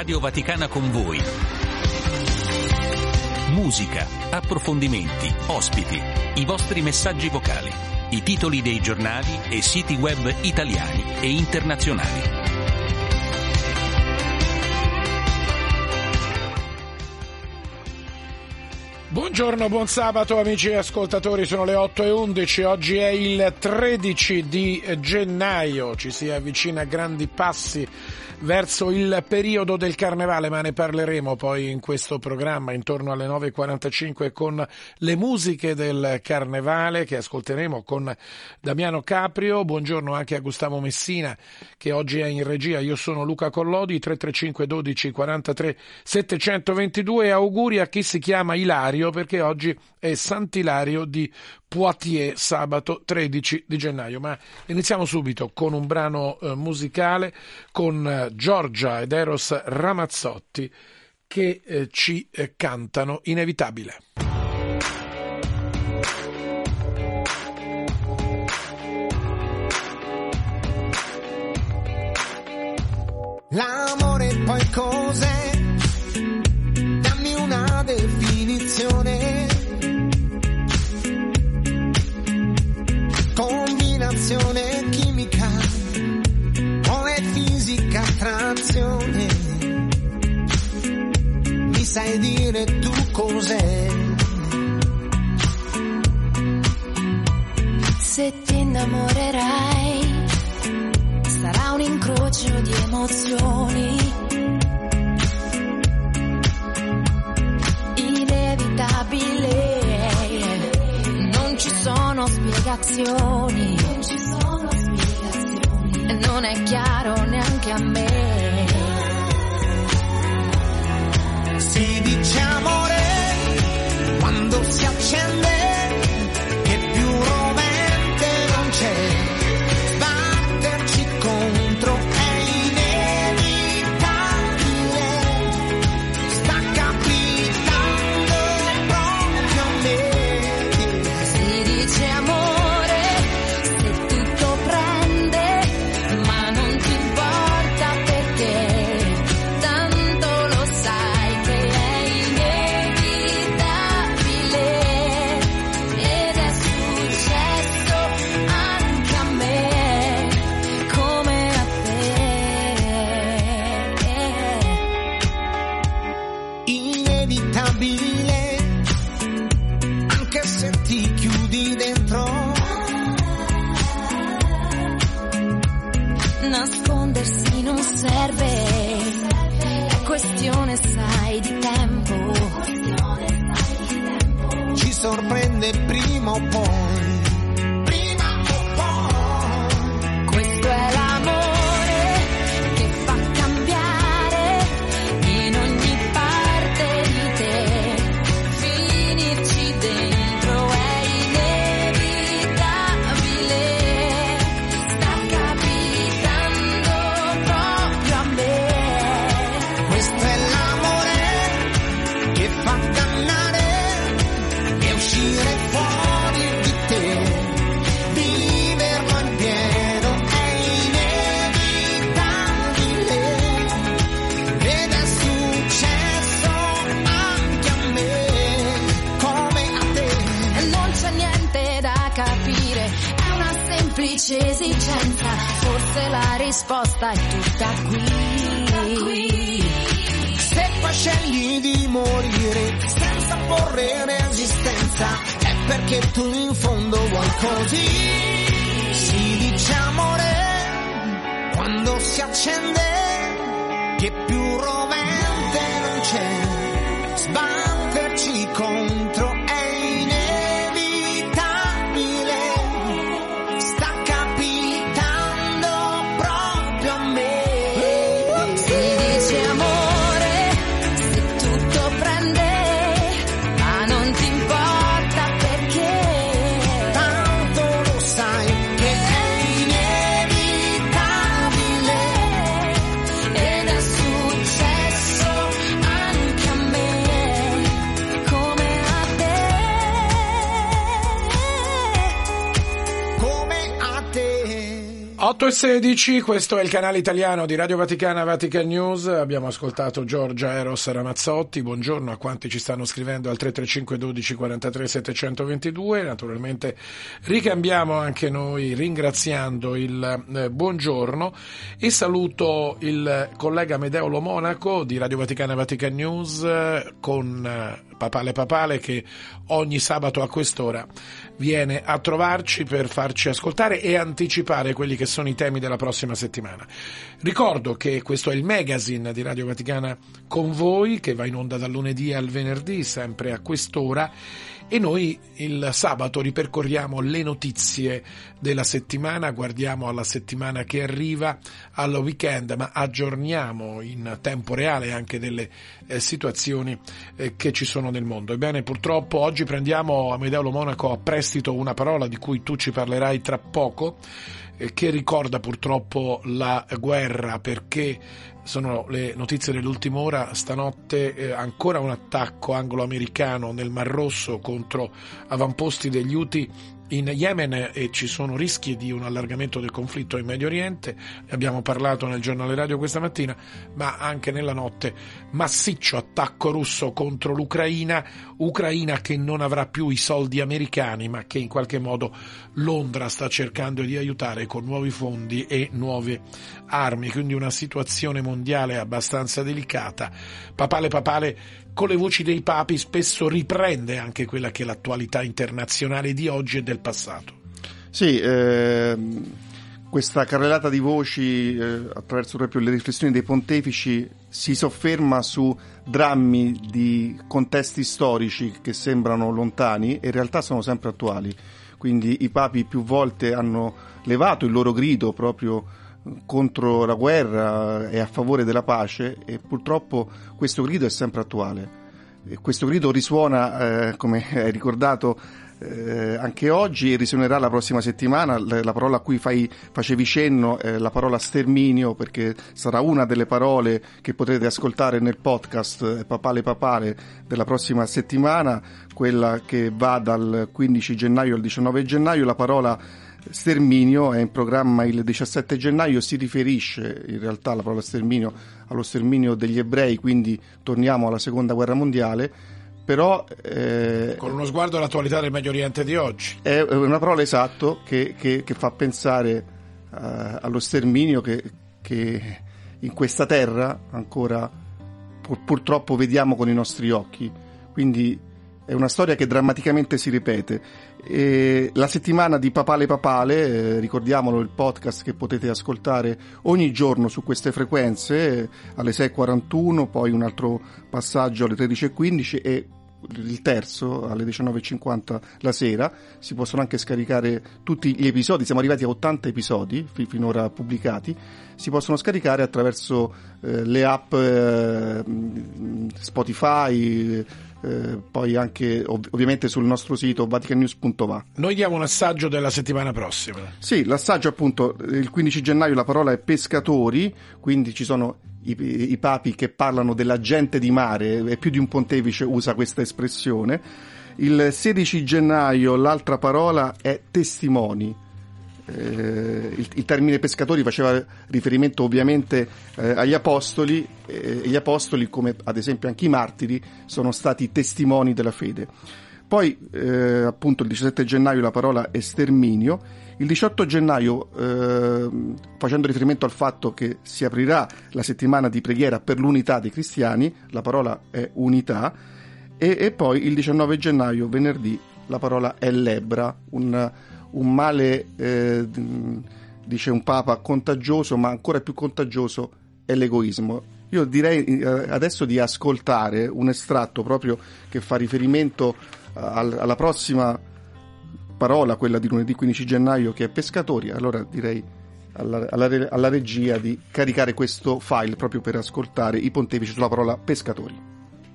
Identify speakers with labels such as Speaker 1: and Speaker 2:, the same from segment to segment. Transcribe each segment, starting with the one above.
Speaker 1: Radio Vaticana con voi. Musica, approfondimenti, ospiti, i vostri messaggi vocali, i titoli dei giornali e siti web italiani e internazionali.
Speaker 2: Buongiorno, buon sabato amici e ascoltatori, sono le 8:11, oggi è il 13 di gennaio, ci si avvicina a grandi passi verso il periodo del carnevale, ma ne parleremo poi in questo programma intorno alle 9:45 con le musiche del carnevale che ascolteremo con Damiano Caprio. Buongiorno anche a Gustavo Messina che oggi è in regia, io sono Luca Collodi, 335 12 43 722 e auguri a chi si chiama Ilario perché oggi è Sant'Ilario di Poitiers, sabato 13 di gennaio. Ma iniziamo subito con un brano musicale con Giorgia ed Eros Ramazzotti che ci cantano Inevitabile.
Speaker 3: L'amore poi cos'è? Dammi una definizione. Combinazione chimica o è fisica attrazione? Mi sai dire tu cos'è?
Speaker 4: Se ti innamorerai sarà un incrocio di emozioni inevitabile, non ci sono spiegazioni, e non è chiaro neanche a me.
Speaker 3: Si dice amore quando si accende, che più rovente non c'è. Sbatterci contro è inevitabile, sta capitando proprio a me.
Speaker 4: Si dice amore se tutto prende, ma non ti importa perché tanto lo sai che è inevitabile ed è successo anche a me come a te.
Speaker 3: Inevitabile, anche se ti chiudi dentro.
Speaker 4: Nascondersi non serve, è questione sai di tempo.
Speaker 3: Ci sorprende prima o poi. Prima o poi.
Speaker 4: Questo è l'amore che fa cambiare in ogni parte di te. Finirci dentro è inevitabile, sta capitando proprio a me.
Speaker 3: Questo è l'amore che fa dannare e uscire fuori di te. Viverlo in pieno è inevitabile ed è successo anche a me come a te.
Speaker 4: E non c'è niente da capire, è una semplice esigenza, forse la risposta è tutta qui.
Speaker 3: Se poi scegli di morire senza porre resistenza è perché tu in fondo vuoi così. Si dice amore quando si accende, che più rovente non c'è. Sbatterci contro è inevitabile, sta capitando proprio a me.
Speaker 4: Si dice amore se tutto prende, ma non ti importa perché
Speaker 3: Tanto lo sai che è inevitabile,
Speaker 2: 8:16, questo è il canale italiano di Radio Vaticana, Vatican News. Abbiamo ascoltato Giorgia Eros Ramazzotti. Buongiorno a quanti ci stanno scrivendo al 335 12 43 722. Naturalmente ricambiamo anche noi ringraziando il buongiorno, e saluto il collega Medeolo Monaco di Radio Vaticana Vatican News con Papale che ogni sabato a quest'ora viene a trovarci per farci ascoltare e anticipare quelli che sono i temi della prossima settimana. Ricordo che questo è il magazine di Radio Vaticana con voi, che va in onda dal lunedì al venerdì sempre a quest'ora, e noi il sabato ripercorriamo le notizie della settimana, guardiamo alla settimana che arriva, al weekend, ma aggiorniamo in tempo reale anche delle situazioni che ci sono nel mondo. Ebbene, purtroppo oggi prendiamo a Medeolo Monaco a prestito una parola di cui tu ci parlerai tra poco, che ricorda purtroppo la guerra, perché sono le notizie dell'ultima ora. Stanotte ancora un attacco anglo-americano nel Mar Rosso contro avamposti degli Houthi in Yemen, e ci sono rischi di un allargamento del conflitto in Medio Oriente. Abbiamo parlato nel giornale radio questa mattina, ma anche nella notte massiccio attacco russo contro l'Ucraina che non avrà più i soldi americani, ma che in qualche modo Londra sta cercando di aiutare con nuovi fondi e nuove armi, quindi una situazione mondiale abbastanza delicata. Papale con le voci dei papi spesso riprende anche quella che è l'attualità internazionale di oggi e del passato.
Speaker 5: Sì, questa carrellata di voci attraverso proprio le riflessioni dei pontefici si sofferma su drammi di contesti storici che sembrano lontani e in realtà sono sempre attuali. Quindi i papi più volte hanno levato il loro grido proprio contro la guerra e a favore della pace, e purtroppo questo grido è sempre attuale. E questo grido risuona, come hai ricordato, anche oggi, e risuonerà la prossima settimana. La parola a cui facevi cenno è la parola sterminio, perché sarà una delle parole che potrete ascoltare nel podcast Papale della prossima settimana, quella che va dal 15 gennaio al 19 gennaio. La parola sterminio è in programma il 17 gennaio, si riferisce in realtà la parola sterminio allo sterminio degli ebrei, quindi torniamo alla seconda guerra mondiale, però
Speaker 2: con uno sguardo all'attualità del Medio Oriente di oggi.
Speaker 5: È una parola, esatto, che fa pensare allo sterminio che in questa terra ancora purtroppo vediamo con i nostri occhi. Quindi è una storia che drammaticamente si ripete. E la settimana di Papale, ricordiamolo, il podcast che potete ascoltare ogni giorno su queste frequenze alle 6:41, poi un altro passaggio alle 13:15 e il terzo alle 19:50 la sera. Si possono anche scaricare tutti gli episodi, siamo arrivati a 80 episodi finora pubblicati, si possono scaricare attraverso le app Spotify, poi anche ovviamente sul nostro sito vaticannews.va.
Speaker 2: Noi diamo un assaggio della settimana prossima.
Speaker 5: Sì, l'assaggio appunto il 15 gennaio, la parola è pescatori, quindi ci sono i papi che parlano della gente di mare, e più di un pontefice usa questa espressione. Il 16 gennaio l'altra parola è testimoni. Il termine pescatori faceva riferimento ovviamente agli apostoli, e gli apostoli, come ad esempio anche i martiri, sono stati testimoni della fede. Poi appunto il 17 gennaio la parola è sterminio. Il 18 gennaio, facendo riferimento al fatto che si aprirà la settimana di preghiera per l'unità dei cristiani, la parola è unità. E poi il 19 gennaio, venerdì, la parola è lebbra, un male, dice un papa, contagioso, ma ancora più contagioso è l'egoismo. Io direi adesso di ascoltare un estratto proprio che fa riferimento alla prossima parola, quella di lunedì 15 gennaio, che è pescatori. Allora direi alla regia di caricare questo file proprio per ascoltare i pontefici sulla parola pescatori.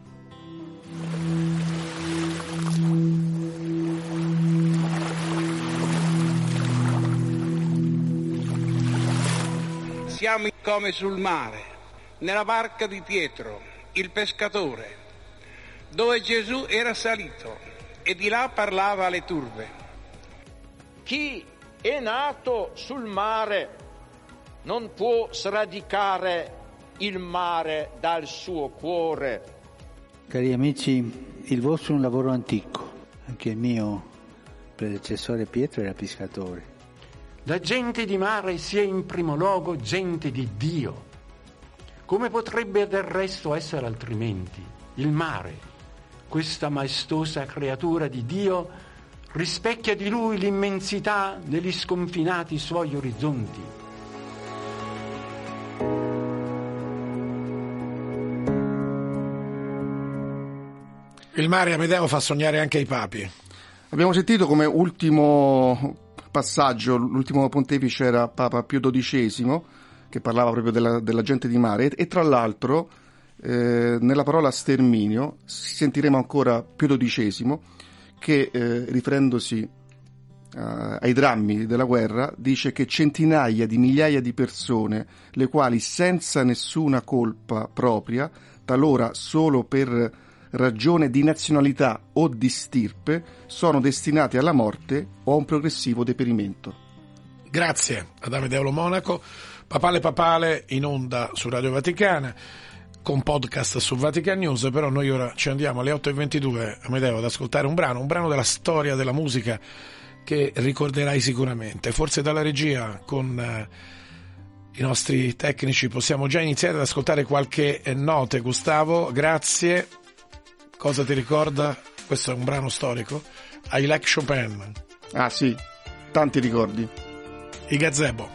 Speaker 6: Siamo come sul mare, nella barca di Pietro, il pescatore, dove Gesù era salito e di là parlava alle turbe.
Speaker 7: Chi è nato sul mare non può sradicare il mare dal suo cuore.
Speaker 8: Cari amici, il vostro è un lavoro antico, anche il mio predecessore Pietro era pescatore.
Speaker 9: La gente di mare sia in primo luogo gente di Dio. Come potrebbe del resto essere altrimenti? Il mare, questa maestosa creatura di Dio, rispecchia di Lui l'immensità degli sconfinati suoi orizzonti.
Speaker 2: Il mare, Amedeo, fa sognare anche i papi.
Speaker 5: Abbiamo sentito come ultimo passaggio, l'ultimo pontefice era Papa Pio XII, che parlava proprio della gente di mare, e tra l'altro nella parola sterminio sentiremo ancora Pio XII che riferendosi ai drammi della guerra dice che centinaia di migliaia di persone, le quali senza nessuna colpa propria, talora solo per ragione di nazionalità o di stirpe, sono destinati alla morte o a un progressivo deperimento. Grazie
Speaker 2: ad Amedeo Lo Monaco. Papale in onda su Radio Vaticana, con podcast su Vatican News. Però noi ora ci andiamo alle 8:22, Amedeo, ad ascoltare un brano della storia della musica che ricorderai sicuramente. Forse dalla regia con i nostri tecnici possiamo già iniziare ad ascoltare qualche note. Gustavo, grazie. Cosa ti ricorda? Questo è un brano storico. I Like Chopin.
Speaker 5: Ah sì, tanti ricordi.
Speaker 2: I Gazebo.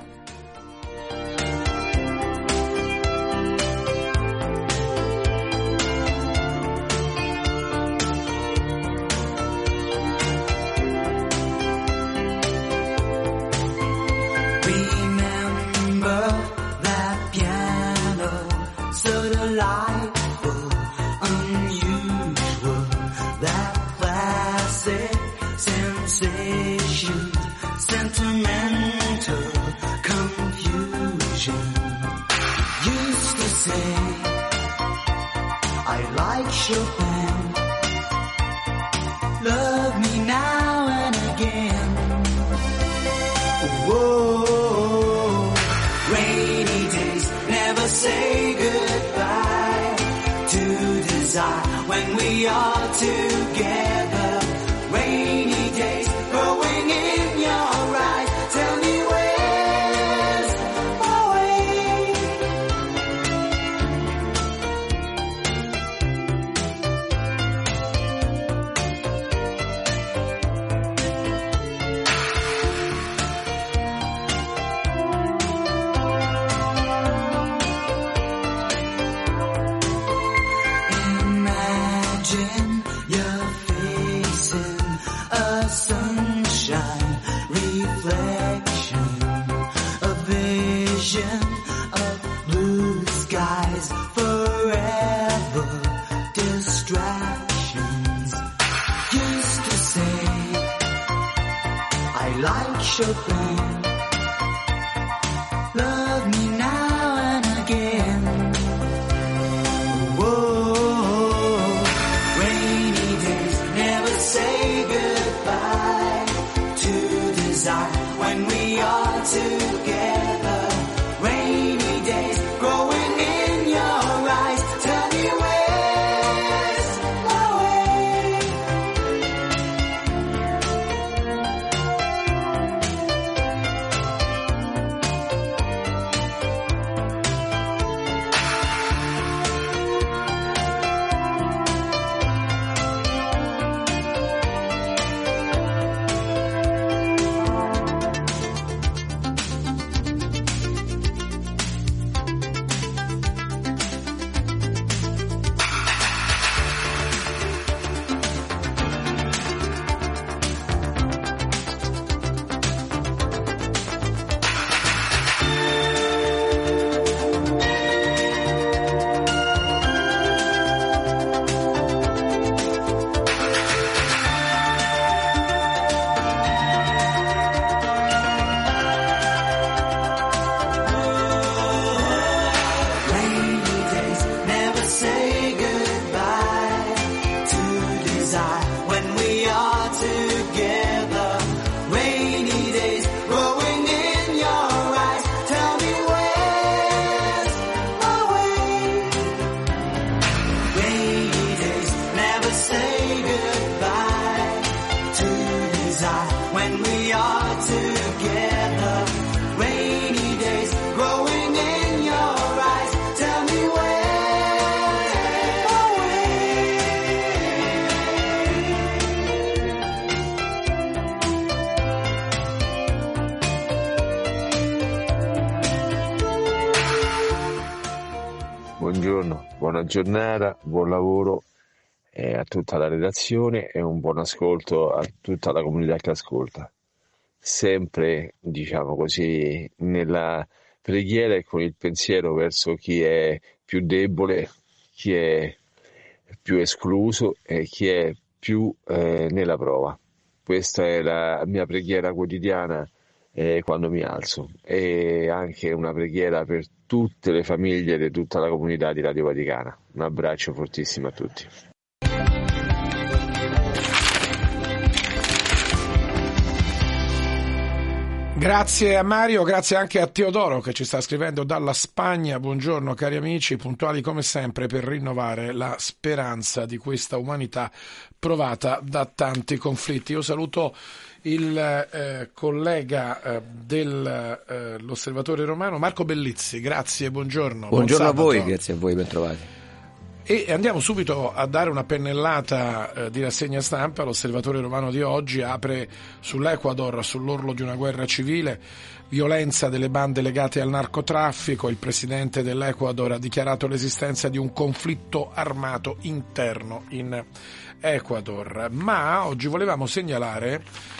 Speaker 3: When we are together, rainy days growing in your eyes. Tell me where's my way? Imagine you're facing a sunshine reflection, a vision of blue skies, forever distractions. Used to say I like Chopin, love me now and again. Say goodbye to desire when we are together. Rainy days growing in your eyes. Tell me where's my way? stars are when we are together. Rainy days growing in your eyes. Tell me
Speaker 10: Buongiorno, buona giornata, buon lavoro a tutta la redazione e un buon ascolto a tutta la comunità che ascolta. Sempre, diciamo così, nella preghiera e con il pensiero verso chi è più debole, chi è più escluso e chi è più nella prova. Questa è la mia preghiera quotidiana quando mi alzo, e anche una preghiera per tutte le famiglie di tutta la comunità di Radio Vaticana. Un abbraccio fortissimo a tutti.
Speaker 2: Grazie a Mario, grazie anche a Teodoro che ci sta scrivendo dalla Spagna. Buongiorno cari amici, puntuali come sempre per rinnovare la speranza di questa umanità provata da tanti conflitti. Io saluto il collega dell'Osservatore Romano, Marco Bellizzi. Grazie, buongiorno.
Speaker 11: Buongiorno a voi, grazie a voi, bentrovati.
Speaker 2: E andiamo subito a dare una pennellata di rassegna stampa. L'Osservatore Romano di oggi apre sull'Ecuador, sull'orlo di una guerra civile, violenza delle bande legate al narcotraffico. Il presidente dell'Ecuador ha dichiarato l'esistenza di un conflitto armato interno in Ecuador. Ma oggi volevamo segnalare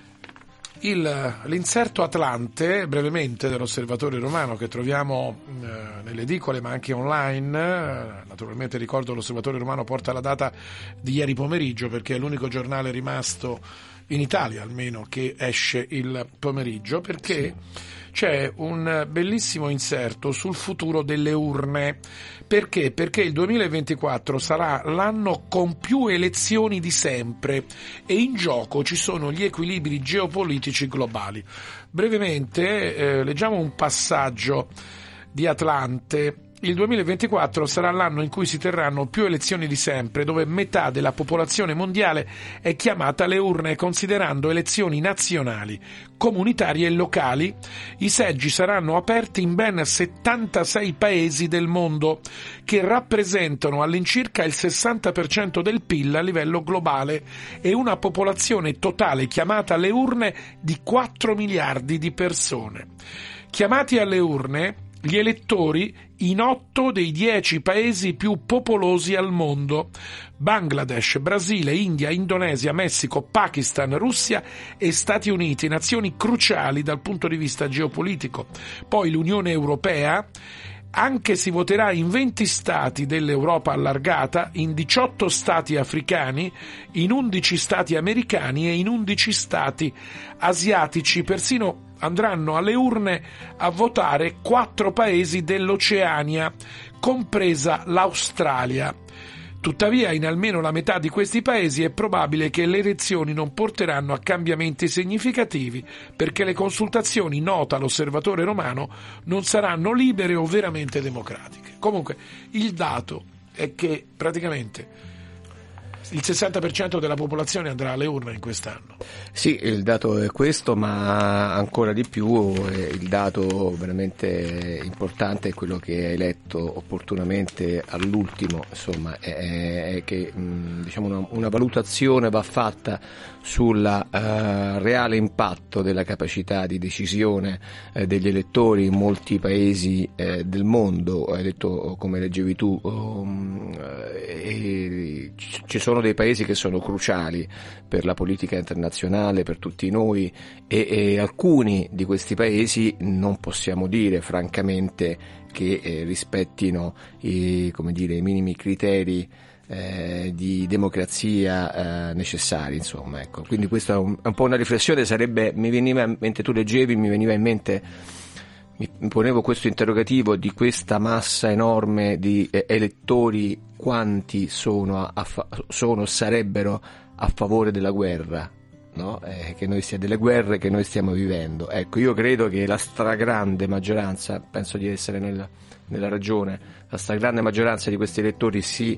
Speaker 2: l'inserto Atlante, brevemente, dell'Osservatore Romano, che troviamo nelle edicole ma anche online. Naturalmente ricordo l'Osservatore Romano porta la data di ieri pomeriggio perché è l'unico giornale rimasto in Italia almeno che esce il pomeriggio, perché c'è un bellissimo inserto sul futuro delle urne. Perché? Perché il 2024 sarà l'anno con più elezioni di sempre e in gioco ci sono gli equilibri geopolitici globali. Brevemente leggiamo un passaggio di Atlante. Il 2024 sarà l'anno in cui si terranno più elezioni di sempre, dove metà della popolazione mondiale è chiamata alle urne, considerando elezioni nazionali, comunitarie e locali. I seggi saranno aperti in ben 76 paesi del mondo, che rappresentano all'incirca il 60% del PIL a livello globale e una popolazione totale chiamata alle urne di 4 miliardi di persone. Chiamati alle urne gli elettori in 8 dei 10 paesi più popolosi al mondo: Bangladesh, Brasile, India, Indonesia, Messico, Pakistan, Russia e Stati Uniti, nazioni cruciali dal punto di vista geopolitico. Poi l'Unione Europea. Anche si voterà in 20 stati dell'Europa allargata, in 18 stati africani, in 11 stati americani e in 11 stati asiatici. Persino andranno alle urne a votare 4 paesi dell'Oceania, compresa l'Australia. Tuttavia, in almeno la metà di questi paesi è probabile che le elezioni non porteranno a cambiamenti significativi, perché le consultazioni, nota l'Osservatore Romano, non saranno libere o veramente democratiche. Comunque, il dato è che praticamente il 60% della popolazione andrà alle urne in quest'anno.
Speaker 11: Sì, il dato è questo, ma ancora di più il dato veramente importante è quello che hai letto opportunamente all'ultimo, insomma, è che diciamo una valutazione va fatta sul reale impatto della capacità di decisione degli elettori in molti paesi del mondo. Hai detto, come leggevi tu, ci sono dei paesi che sono cruciali per la politica internazionale, per tutti noi, e alcuni di questi paesi non possiamo dire francamente che rispettino i minimi criteri di democrazia necessari, insomma, ecco. Quindi questa è un po' una riflessione, mentre tu leggevi mi veniva in mente, mi ponevo questo interrogativo di questa massa enorme di elettori, quanti sarebbero a favore della guerra, no? Delle guerre che noi stiamo vivendo. Ecco, io credo che la stragrande maggioranza, penso di essere nella ragione, la stragrande maggioranza di questi elettori si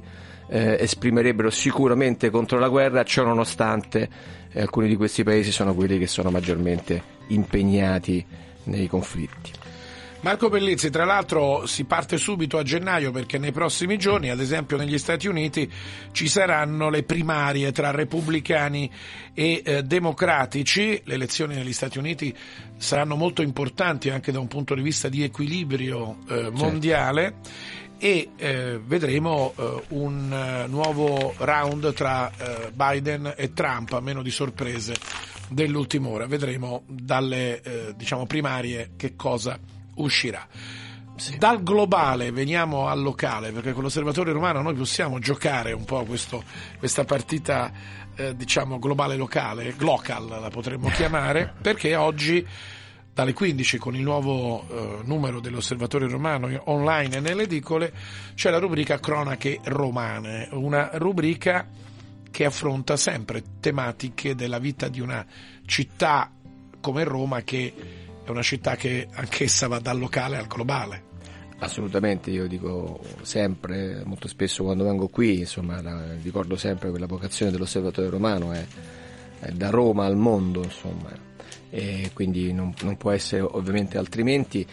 Speaker 11: esprimerebbero sicuramente contro la guerra. Ciò nonostante alcuni di questi paesi sono quelli che sono maggiormente impegnati nei conflitti.
Speaker 2: Marco Pellizzi, tra l'altro si parte subito a gennaio perché nei prossimi giorni, ad esempio negli Stati Uniti, ci saranno le primarie tra repubblicani e democratici. Le elezioni negli Stati Uniti saranno molto importanti anche da un punto di vista di equilibrio mondiale. E vedremo un nuovo round tra Biden e Trump, a meno di sorprese dell'ultima ora. Vedremo dalle primarie che cosa uscirà. Sì. Dal globale veniamo al locale, perché con l'Osservatore Romano noi possiamo giocare un po' questa partita globale locale, glocal la potremmo chiamare, perché oggi dalle 15 con il nuovo numero dell'Osservatore Romano online e nelle edicole c'è la rubrica Cronache Romane, una rubrica che affronta sempre tematiche della vita di una città come Roma, che è una città che anch'essa va dal locale al globale.
Speaker 11: Assolutamente, io dico sempre, molto spesso quando vengo qui, insomma, ricordo sempre che la vocazione dell'Osservatore Romano è da Roma al mondo, insomma, e quindi non può essere ovviamente altrimenti.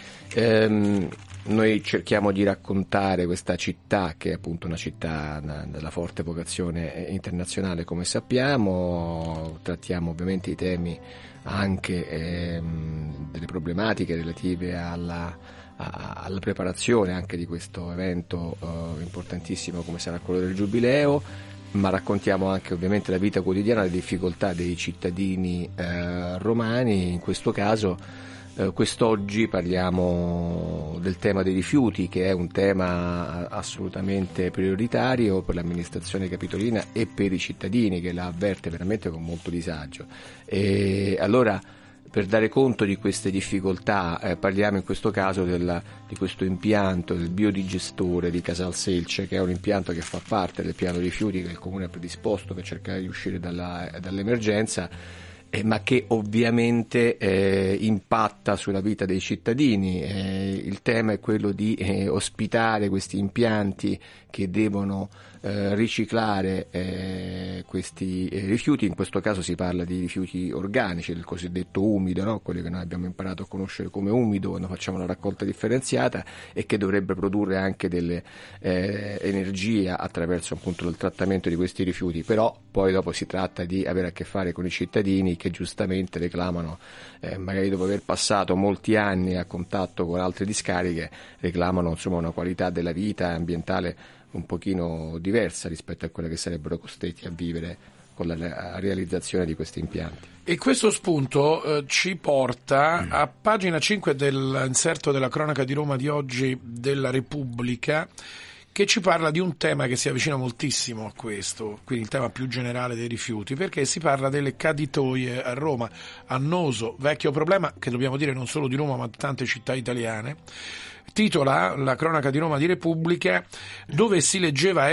Speaker 11: Noi cerchiamo di raccontare questa città, che è appunto una città della forte vocazione internazionale, come sappiamo. Trattiamo ovviamente i temi anche delle problematiche relative alla preparazione anche di questo evento importantissimo come sarà quello del Giubileo, ma raccontiamo anche ovviamente la vita quotidiana, le difficoltà dei cittadini romani. In questo caso quest'oggi parliamo del tema dei rifiuti, che è un tema assolutamente prioritario per l'amministrazione capitolina e per i cittadini, che la avverte veramente con molto disagio. E allora, per dare conto di queste difficoltà, parliamo in questo caso di questo impianto del biodigestore di Casal Selce, che è un impianto che fa parte del piano rifiuti che il Comune ha predisposto per cercare di uscire dall'emergenza, ma che ovviamente impatta sulla vita dei cittadini. Il tema è quello di ospitare questi impianti che devono riciclare questi rifiuti. In questo caso si parla di rifiuti organici, del cosiddetto umido, no? Quelli che noi abbiamo imparato a conoscere come umido quando facciamo la raccolta differenziata, e che dovrebbe produrre anche delle energia attraverso appunto il trattamento di questi rifiuti. Però poi dopo si tratta di avere a che fare con i cittadini che giustamente reclamano, magari dopo aver passato molti anni a contatto con altre discariche, reclamano insomma una qualità della vita ambientale un pochino diversa rispetto a quella che sarebbero costretti a vivere con la realizzazione di questi impianti.
Speaker 2: E questo spunto ci porta a pagina 5 dell'inserto della cronaca di Roma di oggi della Repubblica, che ci parla di un tema che si avvicina moltissimo a questo, quindi il tema più generale dei rifiuti, perché si parla delle caditoie a Roma, annoso, vecchio problema che dobbiamo dire non solo di Roma ma di tante città italiane. Titola la cronaca di Roma di Repubblica, dove si leggeva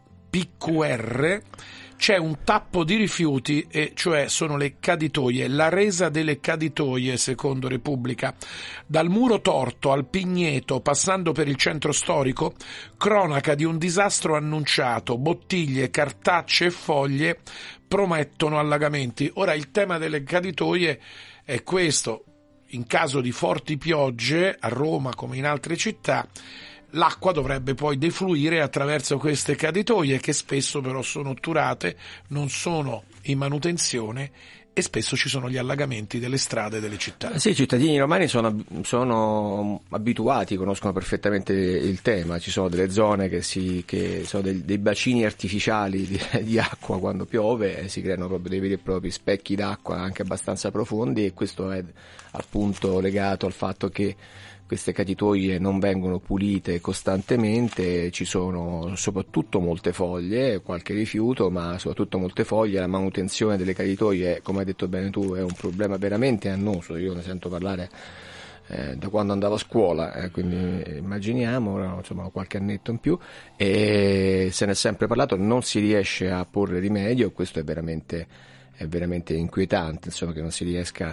Speaker 2: SPQR, c'è un tappo di rifiuti, e cioè sono le caditoie, la resa delle caditoie secondo Repubblica. Dal Muro Torto al Pigneto, passando per il centro storico, cronaca di un disastro annunciato, bottiglie, cartacce e foglie promettono allagamenti. Ora il tema delle caditoie è questo: in caso di forti piogge a Roma come in altre città, l'acqua dovrebbe poi defluire attraverso queste caditoie, che spesso però sono otturate, non sono in manutenzione, e spesso ci sono gli allagamenti delle strade delle città.
Speaker 11: Sì, i cittadini romani sono abituati, conoscono perfettamente il tema. Ci sono delle zone che sono dei bacini artificiali di acqua quando piove, si creano proprio dei veri e propri specchi d'acqua anche abbastanza profondi, e questo è appunto legato al fatto che queste caditoie non vengono pulite costantemente, ci sono soprattutto molte foglie, qualche rifiuto, ma soprattutto molte foglie. La manutenzione delle caditoie, come hai detto bene tu, è un problema veramente annoso. Io ne sento parlare da quando andavo a scuola, quindi immaginiamo, insomma, qualche annetto in più, e se ne è sempre parlato, non si riesce a porre rimedio. Questo è veramente è veramente inquietante, insomma, che non si riesca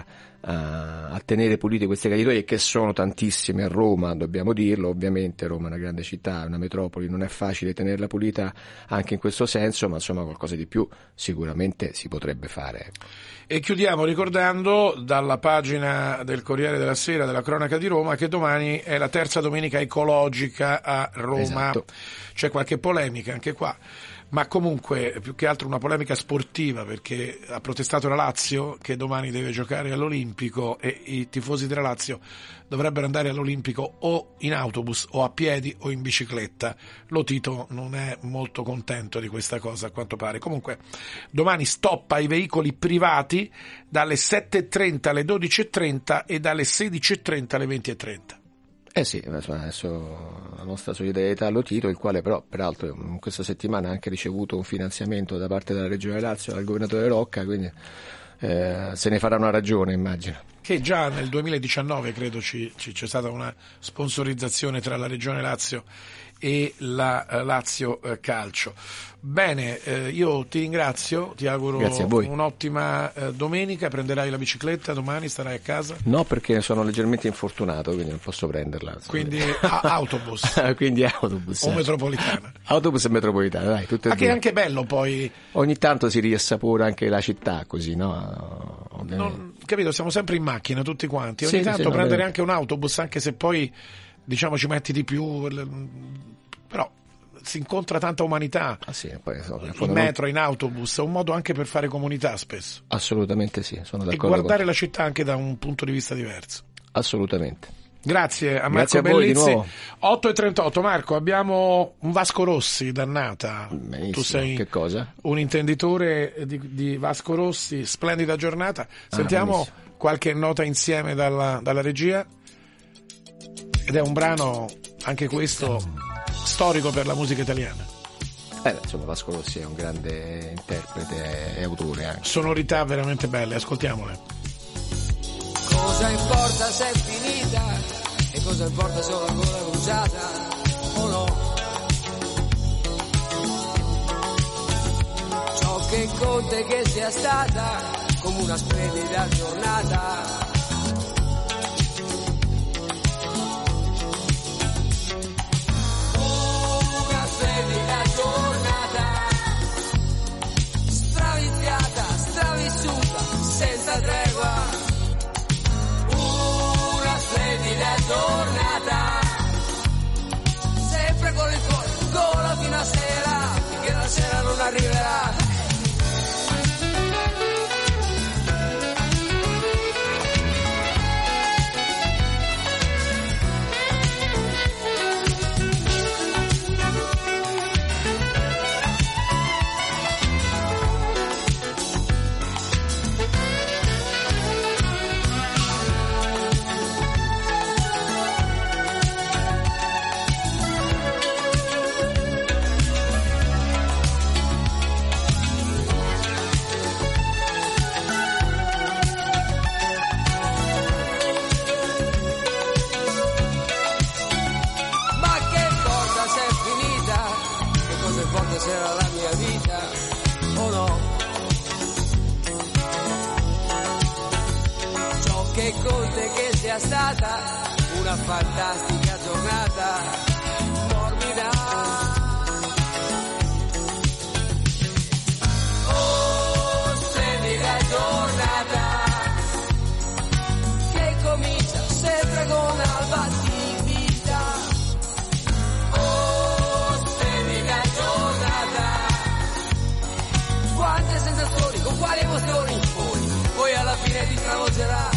Speaker 11: a tenere pulite queste caditoie, che sono tantissime a Roma, dobbiamo dirlo. Ovviamente Roma è una grande città, è una metropoli, non è facile tenerla pulita anche in questo senso, ma insomma qualcosa di più sicuramente si potrebbe fare.
Speaker 2: E chiudiamo ricordando dalla pagina del Corriere della Sera della Cronaca di Roma che domani è la terza domenica ecologica a Roma.
Speaker 11: Esatto.
Speaker 2: C'è qualche polemica anche qua, ma comunque più che altro una polemica sportiva, perché ha protestato la Lazio che domani deve giocare all'Olimpico e i tifosi della Lazio dovrebbero andare all'Olimpico o in autobus o a piedi o in bicicletta. Lotito non è molto contento di questa cosa a quanto pare. Comunque domani stop ai veicoli privati dalle 7.30 alle 12.30 e dalle 16.30 alle 20.30.
Speaker 11: Sì, adesso la nostra solidarietà a Lotito, il quale però peraltro in questa settimana ha anche ricevuto un finanziamento da parte della Regione Lazio dal governatore Rocca, quindi se ne farà una ragione, immagino.
Speaker 2: Che già nel 2019 credo c'è stata una sponsorizzazione tra la Regione Lazio e la Lazio Calcio. Bene, io ti ringrazio, ti auguro un'ottima domenica. Prenderai la bicicletta domani, starai a casa?
Speaker 11: No, perché sono leggermente infortunato, quindi non posso prenderla.
Speaker 2: Quindi autobus.
Speaker 11: Quindi autobus.
Speaker 2: O metropolitana.
Speaker 11: Autobus e metropolitana, dai, tutte e due.
Speaker 2: Che è anche bello poi.
Speaker 11: Ogni tanto si riassapora anche la città, così, no?
Speaker 2: Capito, siamo sempre in macchina tutti quanti. Ogni tanto prendere anche un autobus, anche se poi diciamo ci metti di più, però si incontra tanta umanità.
Speaker 11: Poi,
Speaker 2: in metro, in autobus, è un modo anche per fare comunità spesso.
Speaker 11: Assolutamente sì, sono d'accordo.
Speaker 2: E guardare la città anche da un punto di vista diverso.
Speaker 11: Assolutamente.
Speaker 2: Grazie a Marco Bellizzi. 8.38. Marco, abbiamo un Vasco Rossi, dannata.
Speaker 11: Benissimo.
Speaker 2: Tu sei
Speaker 11: che cosa?
Speaker 2: Un intenditore di Vasco Rossi, splendida giornata. Sentiamo qualche nota insieme dalla regia. Ed è un brano, anche questo, storico per la musica italiana.
Speaker 11: Insomma, Vasco Rossi è un grande interprete e autore anche.
Speaker 2: Sonorità veramente belle, ascoltiamole.
Speaker 12: Cosa importa se è finita e cosa importa se ho la gola bruciata o no? Ciò che conta è che sia stata come una splendida giornata. Una splendida giornata, straviziata, stravissuta, senza tregua. Splendida giornata, sempre con il cuore, gola fino a sera, finché la sera non arriverà. Era la mia vita o no? Ciò che conta è che sia stata una fantastica giornata morbida. Oh, splendida giornata che comincia sempre con alba di vita. Quante sensazioni, con quali emozioni, poi alla fine ti travolgerà.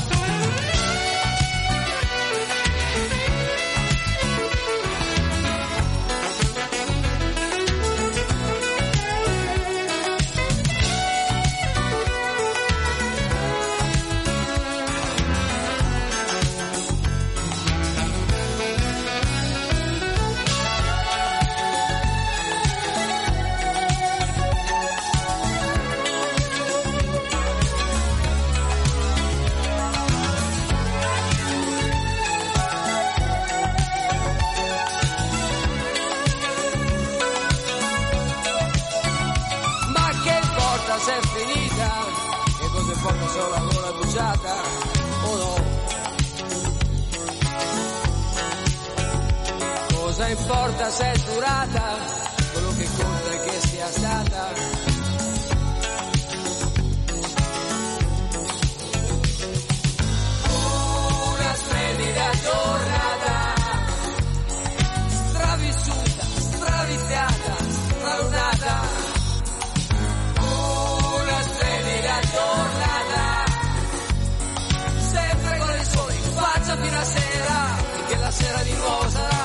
Speaker 12: la gola bruciata o no? Cosa importa se è durata, quello che conta è che sia stata. Una splendida giornata, stravissuta, straviziata, stralunata. Una splendida giornata, sempre con il sole in faccia fino a sera, che la sera di nuovo sarà.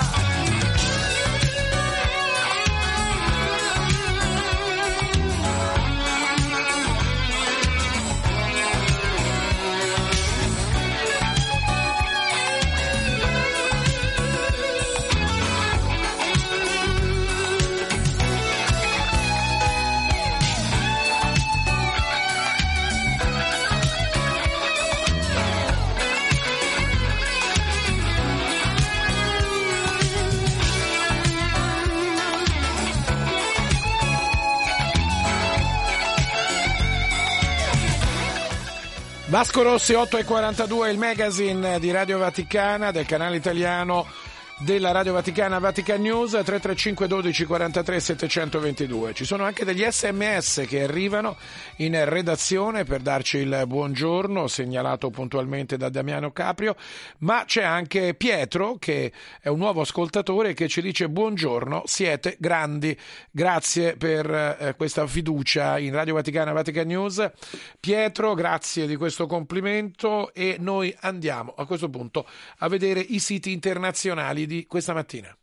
Speaker 2: Vasco Rossi, 8:42, il magazine di Radio Vaticana, del canale italiano della Radio Vaticana, Vatican News, 335 12 43 722. Ci sono anche degli SMS che arrivano in redazione per darci il buongiorno, segnalato puntualmente da Damiano Caprio, ma c'è anche Pietro, che è un nuovo ascoltatore, che ci dice: buongiorno, siete grandi, grazie per questa fiducia in Radio Vaticana, Vatican News. Pietro, grazie di questo complimento, e noi andiamo a questo punto a vedere i siti internazionali di questa mattina.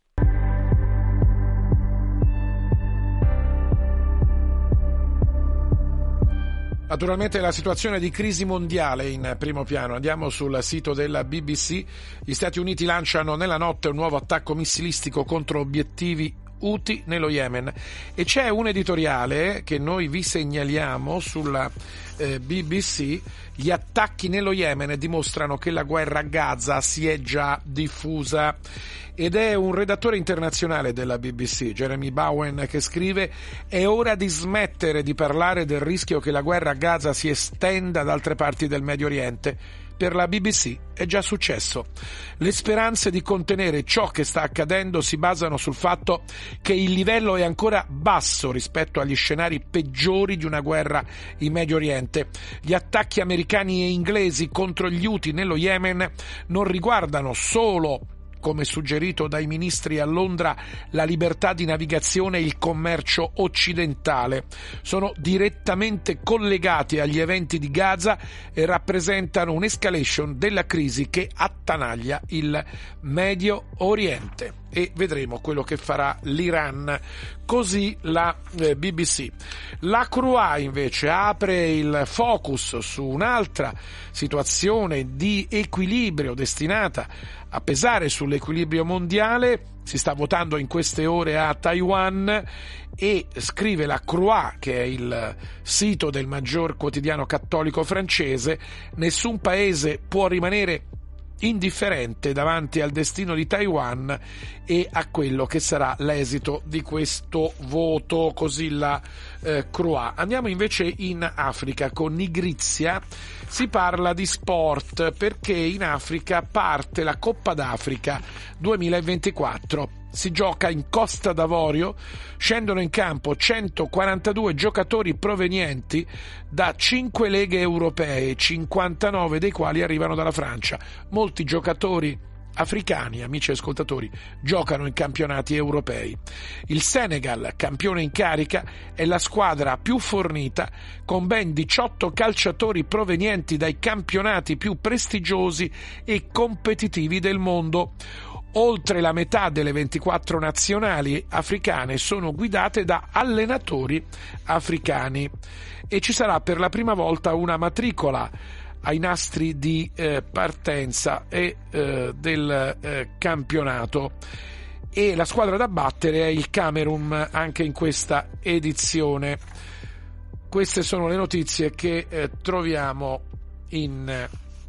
Speaker 2: Naturalmente la situazione di crisi mondiale in primo piano. Andiamo sul sito della BBC. Gli Stati Uniti lanciano nella notte un nuovo attacco missilistico contro obiettivi Houthi nello Yemen, e c'è un editoriale che noi vi segnaliamo sulla BBC. Gli attacchi nello Yemen dimostrano che la guerra a Gaza si è già diffusa, ed è un redattore internazionale della BBC, Jeremy Bowen, che scrive: è ora di smettere di parlare del rischio che la guerra a Gaza si estenda ad altre parti del Medio Oriente. Per la BBC è già successo. Le speranze di contenere ciò che sta accadendo si basano sul fatto che il livello è ancora basso rispetto agli scenari peggiori di una guerra in Medio Oriente. Gli attacchi americani e inglesi contro gli Houthi nello Yemen non riguardano solo, come suggerito dai ministri a Londra, la libertà di navigazione e il commercio occidentale. Sono direttamente collegati agli eventi di Gaza e rappresentano un'escalation della crisi che attanaglia il Medio Oriente. E vedremo quello che farà l'Iran. Così la BBC. La Croix invece apre il focus su un'altra situazione di equilibrio destinata a pesare sull'equilibrio mondiale. Si sta votando in queste ore a Taiwan, e scrive la Croix, che è il sito del maggior quotidiano cattolico francese: nessun paese può rimanere indifferente davanti al destino di Taiwan e a quello che sarà l'esito di questo voto, così la Croix. Andiamo invece in Africa con Nigrizia. Si parla di sport perché in Africa parte la Coppa d'Africa 2024. Si gioca in Costa d'Avorio, scendono in campo 142 giocatori provenienti da 5 leghe europee, 59 dei quali arrivano dalla Francia. Molti giocatori africani, amici ascoltatori, giocano in campionati europei. Il Senegal, campione in carica, è la squadra più fornita, con ben 18 calciatori provenienti dai campionati più prestigiosi e competitivi del mondo. Oltre la metà delle 24 nazionali africane sono guidate da allenatori africani, e ci sarà per la prima volta una matricola ai nastri di partenza e del campionato, e la squadra da battere è il Camerun anche in questa edizione. Queste sono le notizie che troviamo in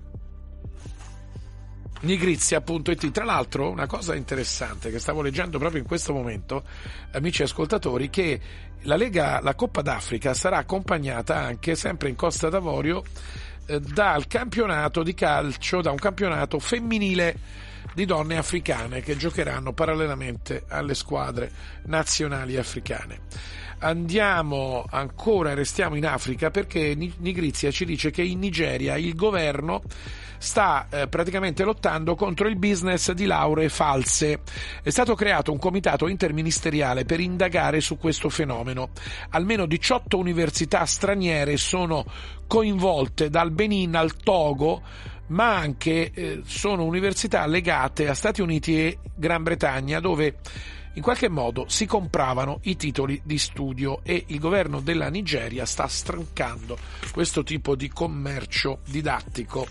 Speaker 2: Nigrizia.it. Tra l'altro, una cosa interessante che stavo leggendo proprio in questo momento, amici ascoltatori, che la Coppa d'Africa sarà accompagnata anche, sempre in Costa d'Avorio, dal campionato di calcio, da un campionato femminile di donne africane che giocheranno parallelamente alle squadre nazionali africane. Andiamo ancora, restiamo in Africa, perché Nigrizia ci dice che in Nigeria il governo sta praticamente lottando contro il business di lauree false. È stato creato un comitato interministeriale per indagare su questo fenomeno. Almeno 18 università straniere sono coinvolte, dal Benin al Togo, ma anche sono università legate a Stati Uniti e Gran Bretagna, dove in qualche modo si compravano i titoli di studio, e il governo della Nigeria sta strancando questo tipo di commercio didattico.